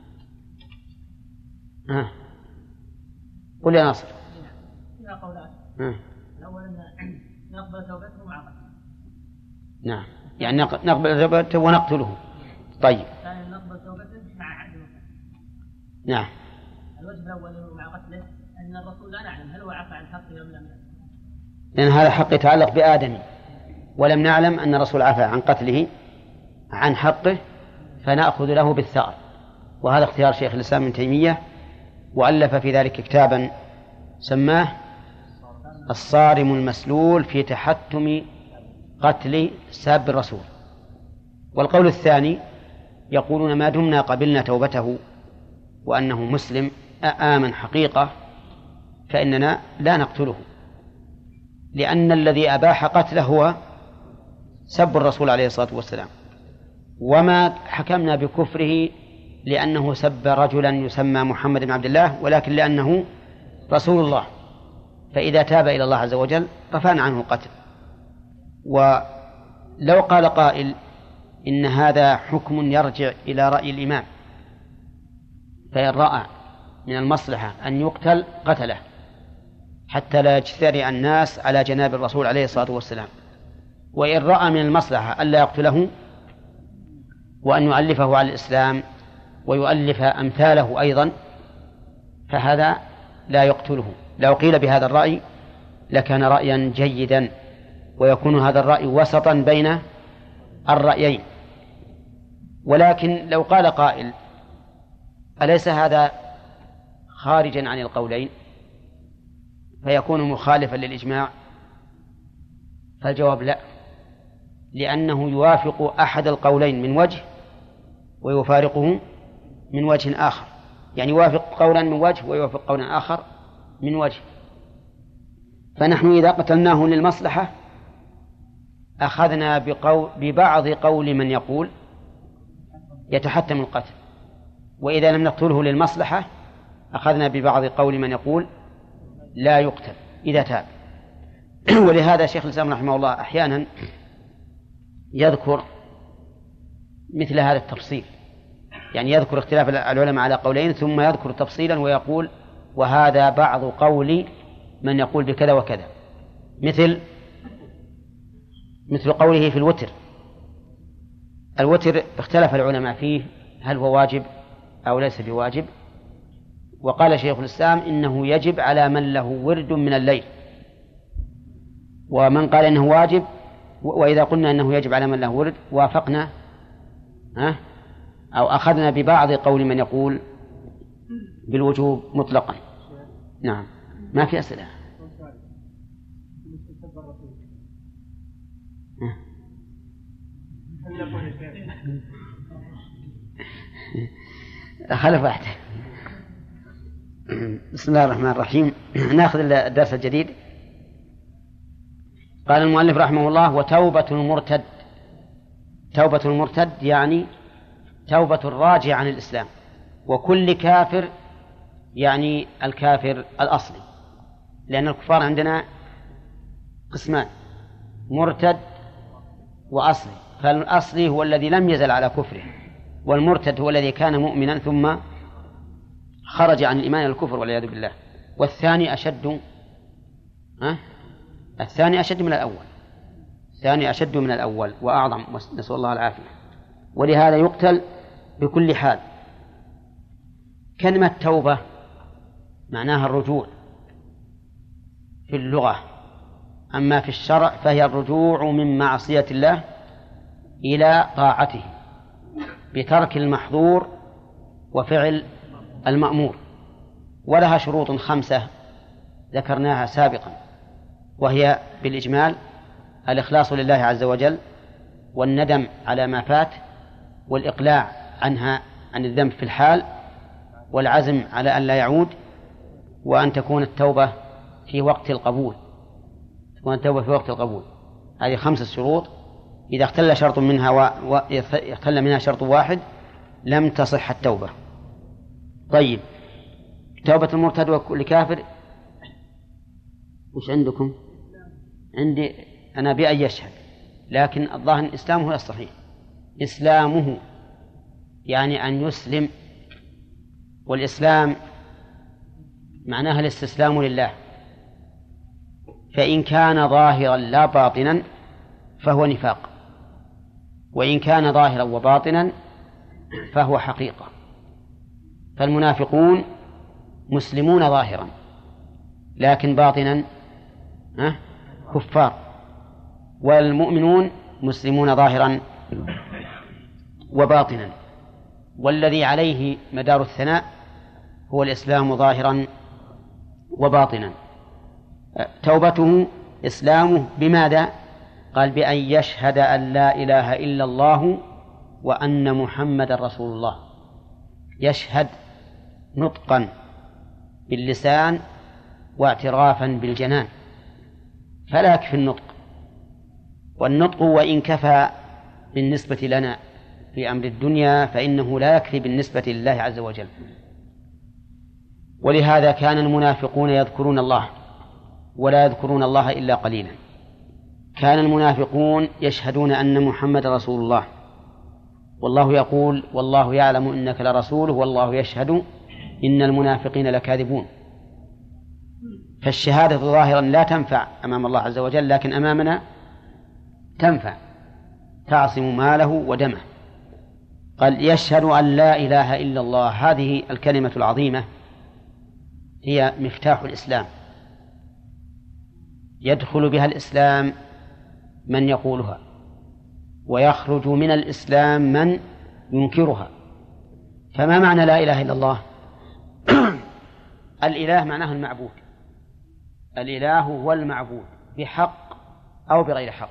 Speaker 1: آه. قل يا ناصر.
Speaker 2: فيها قولان.
Speaker 1: آه.
Speaker 2: الأول أن نقبل توبته مع قتله.
Speaker 1: نعم يعني نقبل توبته ونقتله. طيب.
Speaker 2: ثانيا نقبل توبته مع عدله.
Speaker 1: نعم.
Speaker 2: الوجه الأول مع قتله أن الرسول لا نعلم هل هو عفى عن حقه أم لم.
Speaker 1: لأن هذا حق يتعلق بآدم، ولم نعلم أن الرسول عفى عن قتله عن حقه فنأخذ له بالثأر، وهذا اختيار شيخ الإسلام ابن تيمية، وألف في ذلك كتابا سماه الصارم المسلول في تحتم قتل ساب الرسول. والقول الثاني يقولون ما دمنا قبلنا توبته وأنه مسلم آمن حقيقة فإننا لا نقتله، لأن الذي أباح قتله هو سب الرسول عليه الصلاة والسلام، وما حكمنا بكفره لأنه سب رجلا يسمى محمد بن عبد الله، ولكن لأنه رسول الله، فإذا تاب إلى الله عز وجل رفعنا عنه القتل. ولو قال قائل إن هذا حكم يرجع إلى رأي الإمام، فإن رأى من المصلحة أن يقتل قتله حتى لا يجترئ الناس على جناب الرسول عليه الصلاة والسلام، وإن رأى من المصلحة ألا يقتله وأن يؤلفه على الإسلام ويؤلف أمثاله أيضا فهذا لا يقتله. لو قيل بهذا الرأي لكان رأيا جيدا، ويكون هذا الرأي وسطا بين الرأيين. ولكن لو قال قائل أليس هذا خارجا عن القولين فيكون مخالفا للإجماع؟ فالجواب لا، لأنه يوافق أحد القولين من وجه ويفارقه من وجه آخر، يعني يوافق قولا من وجه ويوافق قولا آخر من وجه. فنحن إذا قتلناه للمصلحة أخذنا بقول ببعض قول من يقول يتحتم القتل، وإذا لم نقتله للمصلحة أخذنا ببعض قول من يقول لا يقتل إذا تاب. ولهذا شيخ الإسلام رحمه الله أحيانا يذكر مثل هذا التفصيل، يعني يذكر اختلاف العلماء على قولين ثم يذكر تفصيلا ويقول وهذا بعض قول من يقول بكذا وكذا، مثل مثل قوله في الوتر. الوتر اختلف العلماء فيه هل هو واجب أو ليس بواجب، وقال شيخ الإسلام إنه يجب على من له ورد من الليل، ومن قال إنه واجب، وإذا قلنا إنه يجب على من له ورد وافقنا ها أو أخذنا ببعض قول من يقول بالوجوب مطلقا. نعم ما في أسئلة. خلف واحد. بسم الله الرحمن الرحيم. نأخذ الدرس الجديد. قال المؤلف رحمه الله وتوبة المرتد. توبة المرتد يعني توبة الراجع عن الإسلام، وكل كافر يعني الكافر الأصلي، لأن الكفار عندنا قسمان مرتد وأصلي، فالأصلي هو الذي لم يزل على كفره، والمرتد هو الذي كان مؤمنا ثم خرج عن الإيمان إلى الكفر والعياذ بالله. والثاني أشد أه؟ الثاني أشد من الأول، الثاني أشد من الأول وأعظم، نسأل الله العافية. ولهذا يقتل بكل حال. كلمة توبة معناها الرجوع في اللغة، أما في الشرع فهي الرجوع من معصية الله إلى طاعته بترك المحظور وفعل المأمور، ولها شروط خمسة ذكرناها سابقا، وهي بالإجمال الإخلاص لله عز وجل، والندم على ما فات، والإقلاع عنها عن الذنب في الحال، والعزم على أن لا يعود، وأن تكون التوبة في وقت القبول تكون التوبة في وقت القبول. هذه خمسة شروط، إذا اختل شرط منها و... و... اختل منها شرط واحد لم تصح التوبة. طيب، توبة المرتد وكل كافر وش عندكم؟ عندي أنا بأن يشهد، لكن الظاهر إسلامه هو الصحيح. إسلامه يعني أن يسلم، والإسلام معناها الاستسلام لله، فإن كان ظاهرا لا باطنا فهو نفاق، وإن كان ظاهرا وباطنا فهو حقيقة. فالمنافقون مسلمون ظاهرا لكن باطنا كفار، والمؤمنون مسلمون ظاهرا وباطنا، والذي عليه مدار الثناء هو الإسلام ظاهرا وباطنا. توبته إسلامه بماذا؟ قال بأن يشهد أن لا إله إلا الله وأن محمد رسول الله. يشهد نطقا باللسان واعترافا بالجنان، فلا يكفي النطق، والنطق وإن كفى بالنسبة لنا في أمر الدنيا فإنه لا يكفي بالنسبة لله عز وجل. ولهذا كان المنافقون يذكرون الله ولا يذكرون الله إلا قليلا. كان المنافقون يشهدون أن محمد رسول الله، والله يقول والله يعلم إنك لرسوله والله يشهد إن المنافقين لكاذبون. فالشهادة ظاهرا لا تنفع أمام الله عز وجل، لكن أمامنا تنفع، تعصم ماله ودمه. قال يشهد أن لا إله إلا الله، هذه الكلمة العظيمة هي مفتاح الإسلام، يدخل بها الإسلام من يقولها، ويخرج من الإسلام من ينكرها. فما معنى لا إله إلا الله؟ الإله معناه المعبود، الإله هو المعبود بحق أو بغير حق،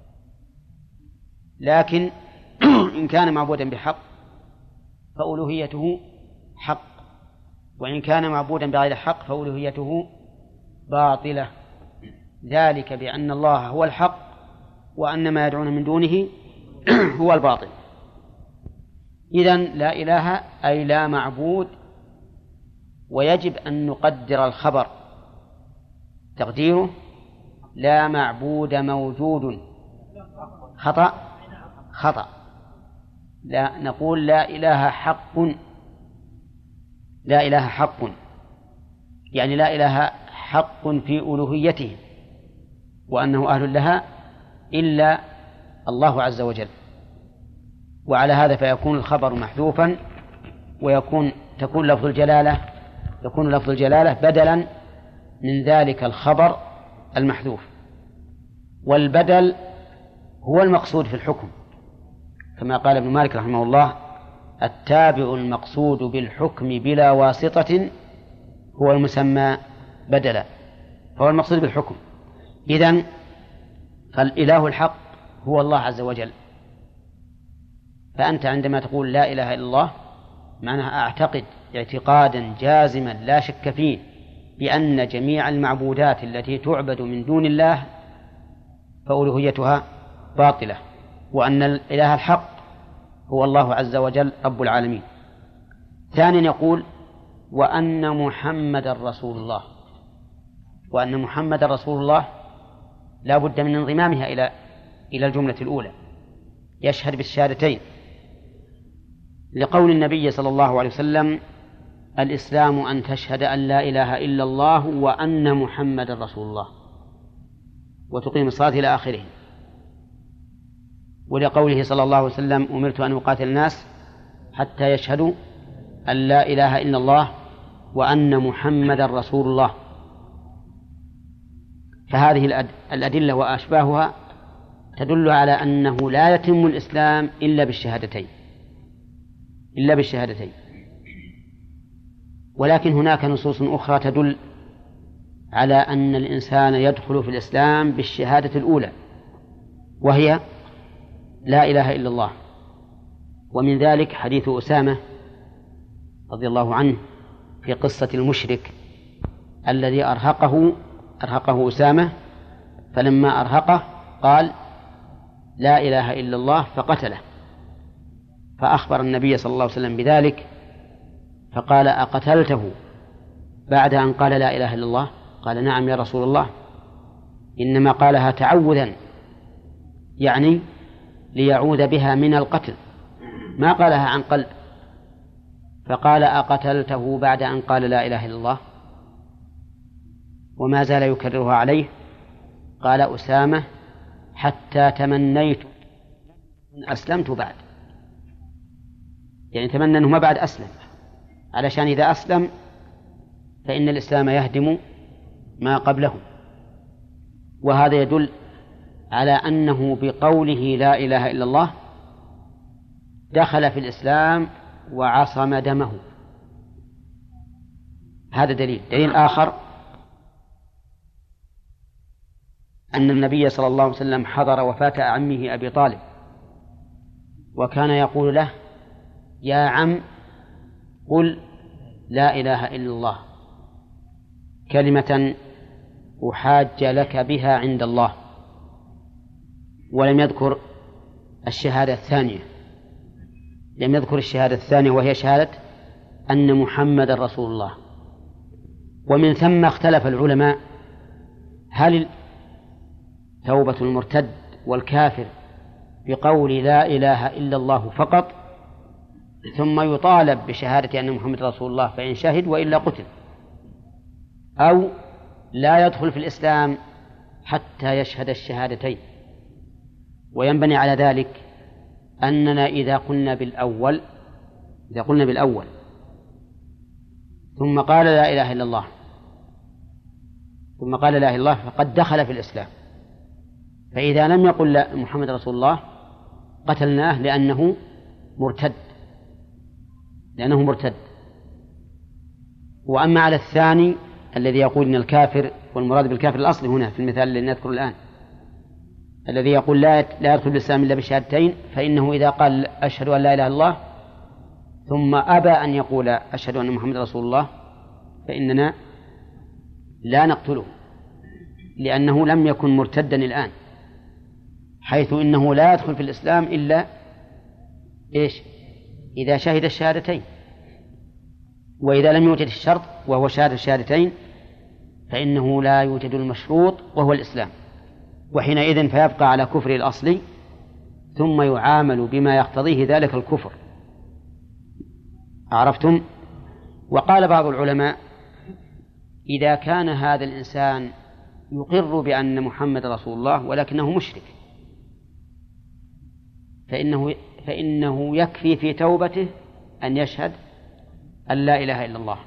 Speaker 1: لكن إن كان معبودا بحق فألوهيته حق، وإن كان معبودا بغير حق فألوهيته باطلة، ذلك بأن الله هو الحق وأن ما يدعون من دونه هو الباطل. إذن لا إله أي لا معبود، ويجب أن نقدر الخبر تقديره لا معبود موجود. خطأ خطأ لا نقول لا إله حق، لا إله حق يعني لا إله حق في ألوهيته وأنه أهل لها إلا الله عز وجل. وعلى هذا فيكون الخبر محذوفا، ويكون تكون لفظ الجلالة يكون لفظ الجلالة بدلا من ذلك الخبر المحذوف، والبدل هو المقصود في الحكم، كما قال ابن مالك رحمه الله: التابع المقصود بالحكم بلا واسطة هو المسمى بدلا، فهو المقصود بالحكم. إذن فالإله الحق هو الله عز وجل. فأنت عندما تقول لا إله إلا الله معناها أعتقد اعتقادا جازما لا شك فيه بأن جميع المعبودات التي تعبد من دون الله فألوهيتها باطلة، وأن الإله الحق هو الله عز وجل رب العالمين. ثانيا يقول: وأن محمد رسول الله. وأن محمد رسول الله لا بد من انضمامها إلى إلى الجملة الأولى، يشهد بالشهادتين، لقول النبي صلى الله عليه وسلم: الإسلام أن تشهد أن لا إله إلا الله وأن محمد رسول الله وتقيم الصلاة إلى آخره. ولقوله صلى الله عليه وسلم: أمرت أن أقاتل الناس حتى يشهدوا أن لا إله إلا الله وأن محمد رسول الله. فهذه الأدلة وأشباهها تدل على أنه لا يتم الإسلام إلا بالشهادتين إلا بالشهادتين ولكن هناك نصوص أخرى تدل على أن الإنسان يدخل في الإسلام بالشهادة الأولى، وهي لا إله إلا الله. ومن ذلك حديث أسامة رضي الله عنه في قصة المشرك الذي أرهقه أرهقه أسامة، فلما أرهقه قال لا إله إلا الله فقتله، فأخبر النبي صلى الله عليه وسلم بذلك فقال أقتلته بعد أن قال لا إله إلا الله؟ قال نعم يا رسول الله، إنما قالها تعوذا، يعني ليعوذ بها من القتل، ما قالها عن قلب. فقال أقتلته بعد أن قال لا إله إلا الله؟ وما زال يكررها عليه. قال أسامة حتى تمنيت أن أسلمت بعد، يعني تمنى أنه ما بعد أسلم، علشان إذا أسلم فإن الإسلام يهدم ما قبله. وهذا يدل على أنه بقوله لا إله إلا الله دخل في الإسلام وعصم دمه. هذا دليل. دليل آخر أن النبي صلى الله عليه وسلم حضر وفاة عمه أبي طالب، وكان يقول له يا عم قل لا إله إلا الله كلمة أحاج لك بها عند الله، ولم يذكر الشهادة الثانية، لم يذكر الشهادة الثانية وهي شهادة أن محمد رسول الله. ومن ثم اختلف العلماء هل توبة المرتد والكافر بقول لا إله إلا الله فقط ثم يطالب بشهادة أن محمد رسول الله فإن شهد وإلا قتل، أو لا يدخل في الإسلام حتى يشهد الشهادتين. وينبني على ذلك أننا إذا قلنا بالأول إذا قلنا بالأول ثم قال لا إله إلا الله ثم قال لا إله إلا الله فقد دخل في الإسلام، فإذا لم يقل لا محمد رسول الله قتلناه لأنه مرتد لأنه مرتد. وأما على الثاني الذي يقول إن الكافر، والمراد بالكافر الأصلي هنا في المثال الذي نذكره الآن، الذي يقول لا لا يدخل الإسلام إلا بشهادتين، فإنه إذا قال أشهد أن لا إله إلا الله ثم أبى أن يقول أشهد أن محمد رسول الله فإننا لا نقتله، لأنه لم يكن مرتدا الآن، حيث إنه لا يدخل في الإسلام إلا إيش؟ إذا شهد الشهادتين. وإذا لم يوجد الشرط وهو شهادة الشهادتين فإنه لا يوجد المشروط وهو الإسلام، وحينئذ فيبقى على كفر الأصلي ثم يعامل بما يقتضيه ذلك الكفر. عرفتم؟ وقال بعض العلماء إذا كان هذا الإنسان يقر بأن محمد رسول الله ولكنه مشرك فإنه, فإنه يكفي في توبته أن يشهد أن لا إله إلا الله.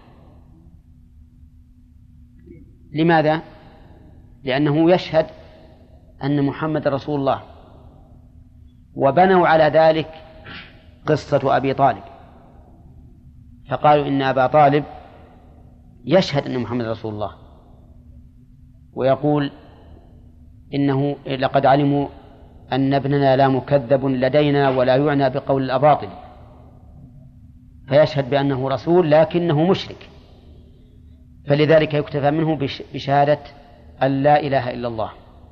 Speaker 1: لماذا؟ لأنه يشهد أن محمد رسول الله، وبنوا على ذلك قصة أبي طالب، فقالوا إن أبا طالب يشهد أن محمد رسول الله ويقول إنه لقد علموا أن ابننا لا مكذب لدينا ولا يعنى بقول الأباطل، فيشهد بأنه رسول لكنه مشرك، فلذلك يكتفى منه بشهادة أن لا إله إلا الله.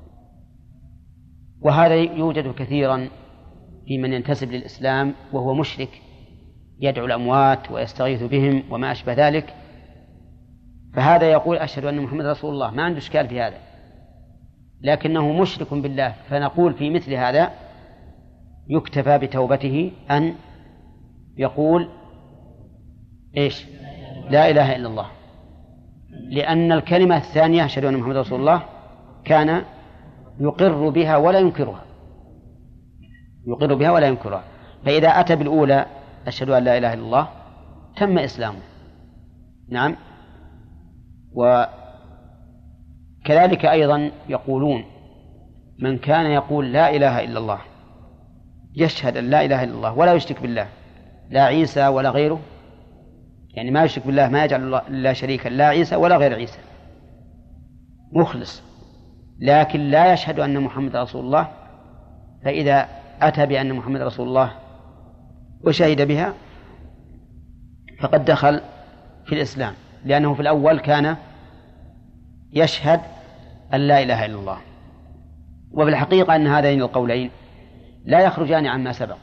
Speaker 1: وهذا يوجد كثيرا في من ينتسب للإسلام وهو مشرك، يدعو الأموات ويستغيث بهم وما أشبه ذلك، فهذا يقول أشهد أن محمد رسول الله، ما عنده إشكال في هذا، لكنه مشرك بالله، فنقول في مثل هذا يكتفى بتوبته أن يقول إيش؟ لا إله إلا الله، لأن الكلمة الثانية أشهد أن محمد رسول الله كان يقر بها ولا ينكرها يقر بها ولا ينكرها فإذا أتى بالأولى أشهد أن لا إله إلا الله تم إسلامه. نعم. وكذلك أيضا يقولون من كان يقول لا إله إلا الله يشهد أن لا إله إلا الله ولا يشرك بالله، لا عيسى ولا غيره، يعني ما يشرك بالله، ما يجعل الله شريكا، لا عيسى ولا غير عيسى، مخلص، لكن لا يشهد أن محمد رسول الله، فإذا أتى بأن محمد رسول الله وشهد بها فقد دخل في الإسلام، لأنه في الأول كان يشهد أن لا إله إلا الله. وفي الحقيقة أن هذين القولين لا يخرجان عما سبق،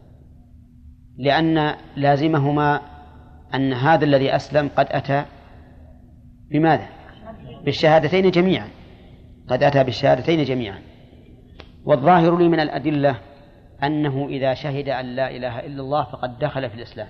Speaker 1: لأن لازمهما أن هذا الذي أسلم قد أتى بماذا؟ بالشهادتين جميعا، قد أتى بالشهادتين جميعا. والظاهر لي من الأدلة أنه إذا شهد أن لا إله إلا الله فقد دخل في الإسلام،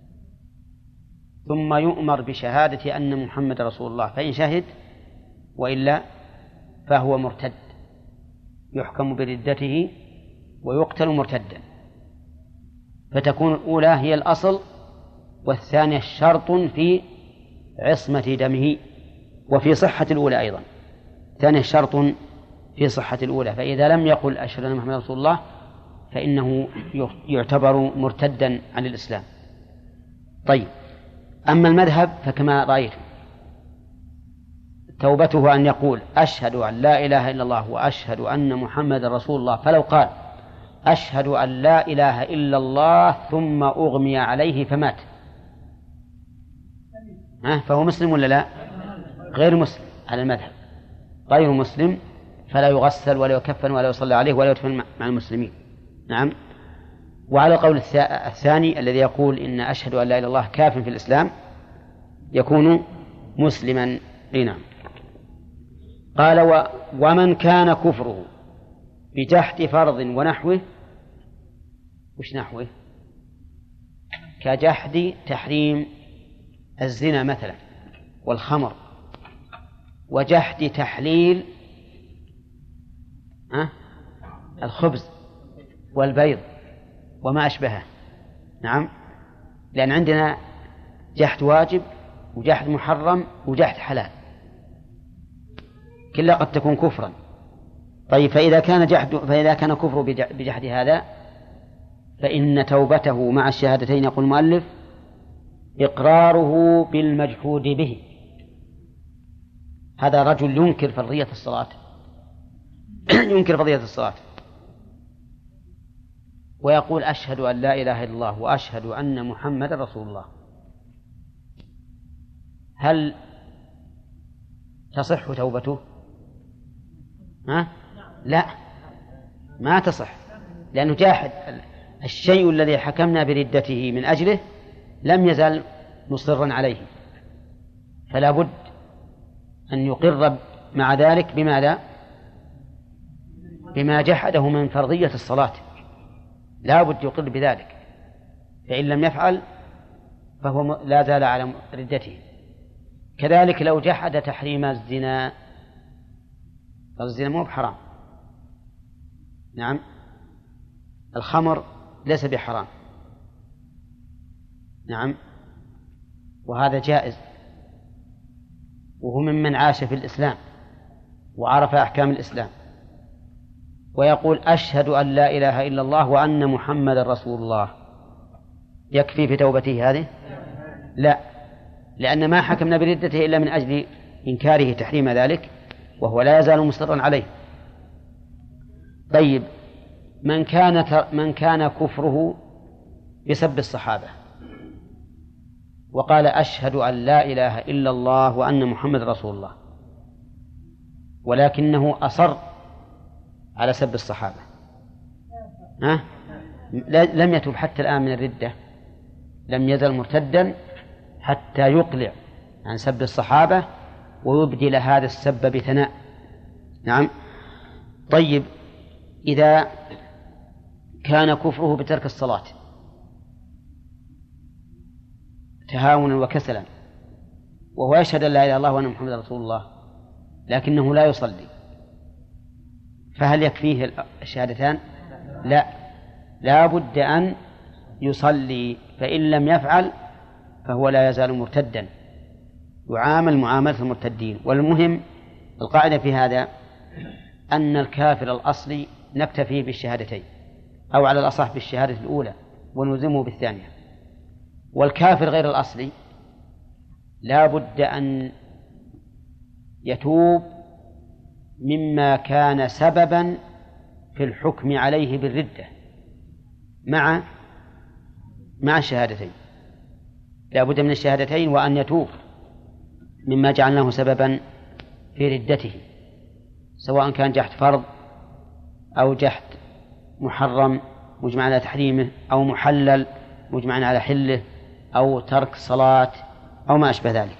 Speaker 1: ثم يؤمر بشهادة أن محمد رسول الله، فإن شهد وإلا فهو مرتد، يحكم بردته ويقتل مرتدا. فتكون الأولى هي الأصل، والثانية شرط في عصمة دمه وفي صحة الأولى أيضا. ثانية شرط في صحة الأولى، فإذا لم يقل أشهد أن محمد رسول الله فإنه يعتبر مرتدا عن الإسلام. طيب، أما المذهب فكما رأيت توبته أن يقول أشهد أن لا إله إلا الله وأشهد أن محمد رسول الله، فلو قال أشهد أن لا إله إلا الله ثم أغمي عليه فمات فهو مسلم ولا لا؟ غير مسلم على المذهب، غير مسلم، فلا يغسل ولا يكفن ولا يصلى عليه ولا يدفن مع المسلمين. نعم. وعلى القول الثاني الذي يقول إن أشهد أن لا إله إلا الله كاف في الإسلام يكون مسلما. نعم. قال و ومن كان كفره بجحد فرض ونحوه. وش نحوه؟ كجحد تحريم الزنا مثلا والخمر، وجحد تحليل أه؟ الخبز والبيض وما أشبهه. نعم، لأن عندنا جحد واجب وجحد محرم وجحد حلال، كلها قد تكون كفرا. طيب، فإذا كان جحد فإذا كان كفر بجحد هذا فإن توبته مع الشهادتين، يقول المؤلف، إقراره بالمجحود به. هذا رجل ينكر فرضية الصلاة ينكر فرضية الصلاة ويقول أشهد أن لا إله إلا الله وأشهد أن محمد رسول الله، هل تصح توبته؟ ها؟ لا، ما تصح، لأنه جاحد الشيء الذي حكمنا بردته من أجله لم يزل مصرا عليه، فلا بد أن يقر مع ذلك بماذا؟ بما جحده من فرضية الصلاة، لا بد يقر بذلك، فإن لم يفعل فهو لا زال على ردته. كذلك لو جحد تحريم الزنا، الزنا مو بحرام، نعم، الخمر ليس بحرام، نعم، وهذا جائز، وهو ممن عاش في الإسلام وعرف أحكام الإسلام، ويقول أشهد أن لا إله إلا الله وأن محمد رسول الله، يكفي في توبته هذه؟ لا، لأن ما حكمنا بردته إلا من أجل إنكاره تحريم ذلك، وهو لا يزال مصرا عليه. طيب، من كان من كان كفره بسب الصحابة وقال أشهد أن لا إله إلا الله وأن محمد رسول الله، ولكنه أصر على سب الصحابة، ها؟ لم يتوب حتى الآن من الردة، لم يزل مرتدا حتى يقلع عن سب الصحابة ويبدل هذا السب بثناء. نعم. طيب، إذا كان كفره بترك الصلاة تهاونا وكسلا، وهو يشهد أن لا إله إلا الله وأن محمد رسول الله لكنه لا يصلي، فهل يكفيه الشهادتان؟ لا، لا بد أن يصلي، فإن لم يفعل فهو لا يزال مرتدا، يعامل معاملة المرتدين. والمهم القاعدة في هذا أن الكافر الأصلي نكتفي بالشهادتين، أو على الأصح بالشهادة الأولى ونلزمه بالثانية. والكافر غير الأصلي لا بد أن يتوب مما كان سببا في الحكم عليه بالردة مع مع الشهادتين، لا بد من الشهادتين وأن يتوب مما جعلناه سببا في ردته، سواء كان جحد فرض أو جحد محرم مجمع على تحريمه، أو محلل مجمع على حله، أو ترك صلاة أو ما أشبه ذلك.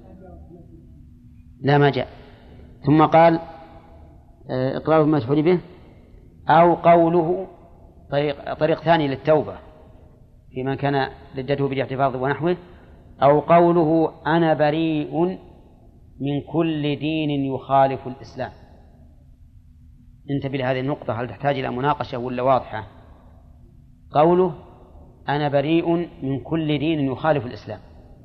Speaker 1: لا ما جاء. ثم قال إقرار المجحول به، أو قوله طريق, طريق ثاني للتوبة في من كان ردته بالاحتفاظ ونحوه، أو قوله أنا بريء من كل دين يخالف الإسلام. انتبه لهذه النقطة، هل تحتاج إلى مناقشة ولا واضحة؟ قوله أنا بريء من كل دين يخالف الإسلام،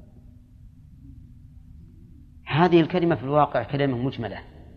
Speaker 1: هذه الكلمة في الواقع كلمة مجملة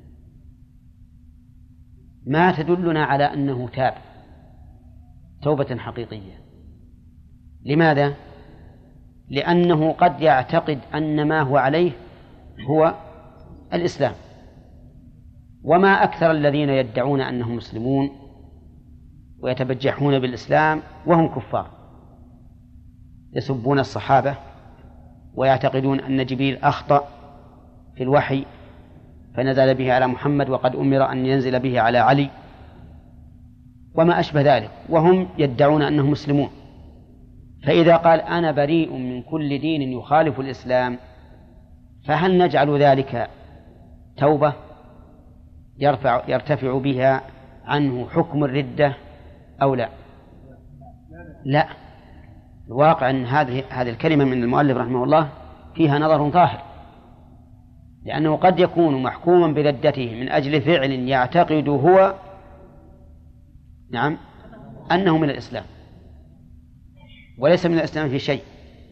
Speaker 1: ما تدلنا على أنه تاب توبة حقيقية. لماذا؟ لأنه قد يعتقد أن ما هو عليه هو الإسلام، وما أكثر الذين يدعون أنهم مسلمون ويتبجحون بالإسلام وهم كفار، يسبون الصحابة ويعتقدون أن جبريل أخطأ في الوحي فنزل به على محمد وقد أمر أن ينزل به على علي وما أشبه ذلك، وهم يدعون أنهم مسلمون. فإذا قال أنا بريء من كل دين يخالف الإسلام، فهل نجعل ذلك توبة يرفع يرتفع بها عنه حكم الردة أو لا؟ لا. الواقع أن هذه هذه الكلمة من المؤلف رحمه الله فيها نظر ظاهر، لأنه قد يكون محكوما بردته من أجل فعل يعتقد هو نعم أنه من الإسلام وليس من الإسلام في شيء،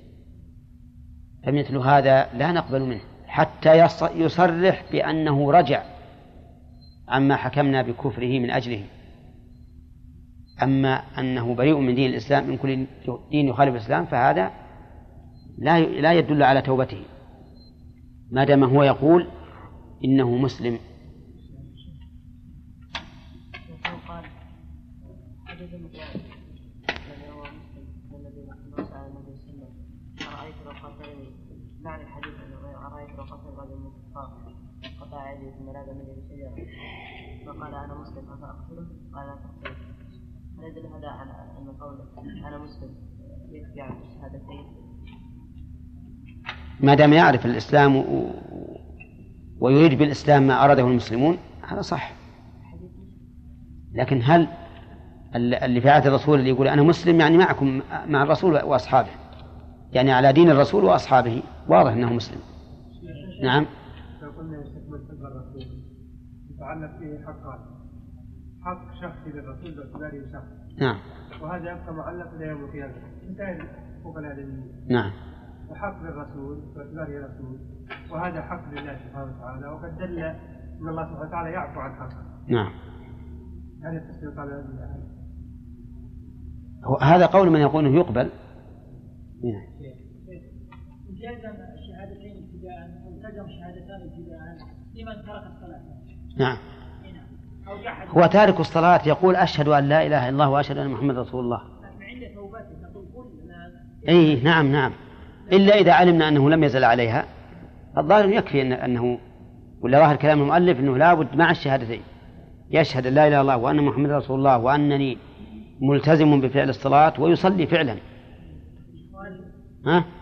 Speaker 1: فمثل هذا لا نقبل منه حتى يصرح بأنه رجع عما حكمنا بكفره من أجله. أما أنه بريء من دين الإسلام من كل دين يخالف الإسلام فهذا لا لا يدل على توبته ما دام هو يقول إنه مسلم.
Speaker 3: قال حدث المقداد الذي هو مسلم الذي نص على النبي صلى الله عليه وسلم أرأيت لو قتلني، معنى الحديث أنه أرأيت لو قتل رجل من الكفار قطع يدي ثم لاذ مني بشجرة فقال أنا مسلم أفأقتله؟ قال لا تقتله. هل يدل هذا على أن قوله أنا مسلم يكفي عن الشهادتين؟
Speaker 1: ما دام يعرف الإسلام و... ويريد بالإسلام ما أراده المسلمون هذا صح. لكن هل اللي في عهد الرسول اللي يقول أنا مسلم يعني معكم مع الرسول وأصحابه، يعني على دين الرسول وأصحابه، واضح أنه مسلم. نعم.
Speaker 2: لو قلنا يستكمل حق الرسول يتعلق فيه حقان، حق شخصي للرسول باعتباره شخص،
Speaker 1: نعم،
Speaker 2: وهذا يبقى معلق إلى يوم القيامة انتهى حقوق الآدميين،
Speaker 1: نعم،
Speaker 2: وحق للرسول باعتباره رسول، وهذا حق لله سبحانه وتعالى، وقد دل أن الله سبحانه وتعالى يعفو عن حقه.
Speaker 1: نعم.
Speaker 2: هذا التسليط على
Speaker 1: هذا قول من يقول انه يقبل.
Speaker 5: جاز الشهادتين ابتداء او تلزم الشهادتان ابتداء لمن ترك الصلاه.
Speaker 1: نعم. هو تارك الصلاة يقول أشهد أن لا إله إلا الله وأشهد أن محمد رسول الله.
Speaker 5: عند توبته نقول كل
Speaker 1: أي نعم نعم، إلا إذا علمنا أنه لم يزل عليها الظاهر يكفي إن أنه، ولا ظاهر كلام المؤلف أنه لابد مع الشهادتين يشهد أن لا إله إلا الله وأن محمد رسول الله وأنني ملتزم بفعل الصلاة ويصلي فعلا. ها؟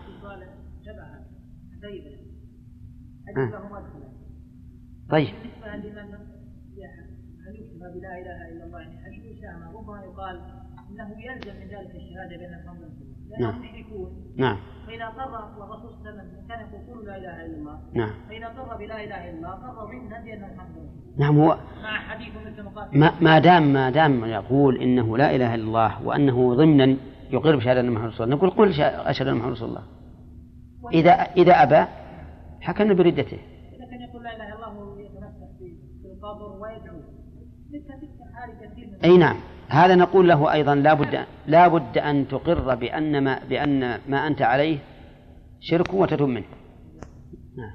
Speaker 1: طيب.
Speaker 5: بلا إله إلا الله يعني حديث أسامة ربما يقال إنه يلزم من ذلك الشهادة بأن محمد رسول الله لأنهم يشركون.
Speaker 1: نعم.
Speaker 5: فإذا قر والرسول صلى الله عليه وسلم كان يقول لا إله إلا الله.
Speaker 1: نعم.
Speaker 5: فإذا قر بلا إله إلا الله قر ضمنا بأن محمد رسول الله.
Speaker 1: نعم. هو
Speaker 5: مع حديث مثل مقاتل
Speaker 1: ما ما دام ما دام يقول إنه لا إله إلا الله وأنه ضمنا يقر بشهادة أن محمد رسول الله نقول قل أشهد أن محمد رسول الله. إذا إذا أبى حكمنا بردته.
Speaker 5: إذا كان يقول لا إله إلا الله ويتمسح في القبر ويدعو.
Speaker 1: أي نعم، هذا نقول له أيضا لا بد لا بد أن تقر بأن ما بأن ما أنت عليه شرك وتتوب منه. نعم.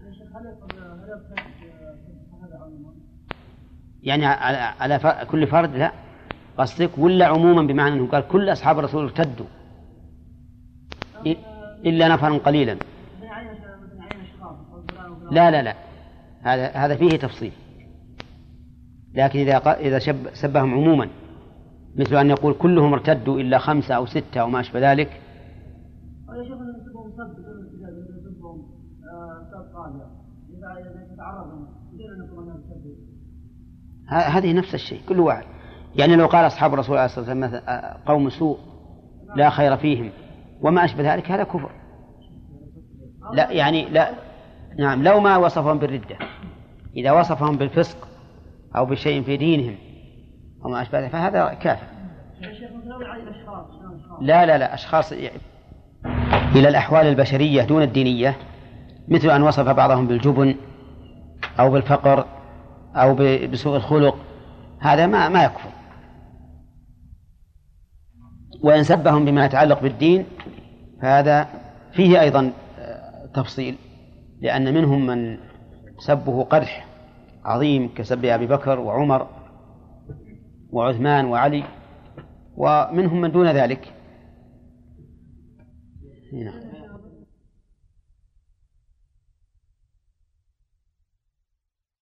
Speaker 1: يعني على على كل فرد لا، قصدك ولا عموما بمعنى أنه قال كل أصحاب الرسول ارتدوا إلا نفرا قليلا؟ لا لا لا هذا هذا فيه تفصيل، لكن إذا إذا شب سبهم عموما مثل أن يقول كلهم ارتدوا إلا خمسة أو ستة أو ما أشبه ذلك. هذه نفس الشيء كل واحد. يعني لو قال أصحاب الرسول عليه الصلاة والسلام قوم سوء لا خير فيهم وما أشبه ذلك هذا كفر. لا يعني لا نعم لو ما وصفهم بالردة، إذا وصفهم بالفسق أو بشيء في دينهم أو ما أشبه ذلك فهذا كافر. لا لا لا أشخاص إلى الأحوال البشرية دون الدينية، مثل أن وصف بعضهم بالجبن أو بالفقر أو بسوء الخلق، هذا ما ما يكفر. وإن سبهم بما يتعلق بالدين فهذا فيه أيضا تفصيل، لأن منهم من سبه قدح عظيم كسب أبي بكر وعمر وعثمان وعلي، ومنهم من دون ذلك. هنا.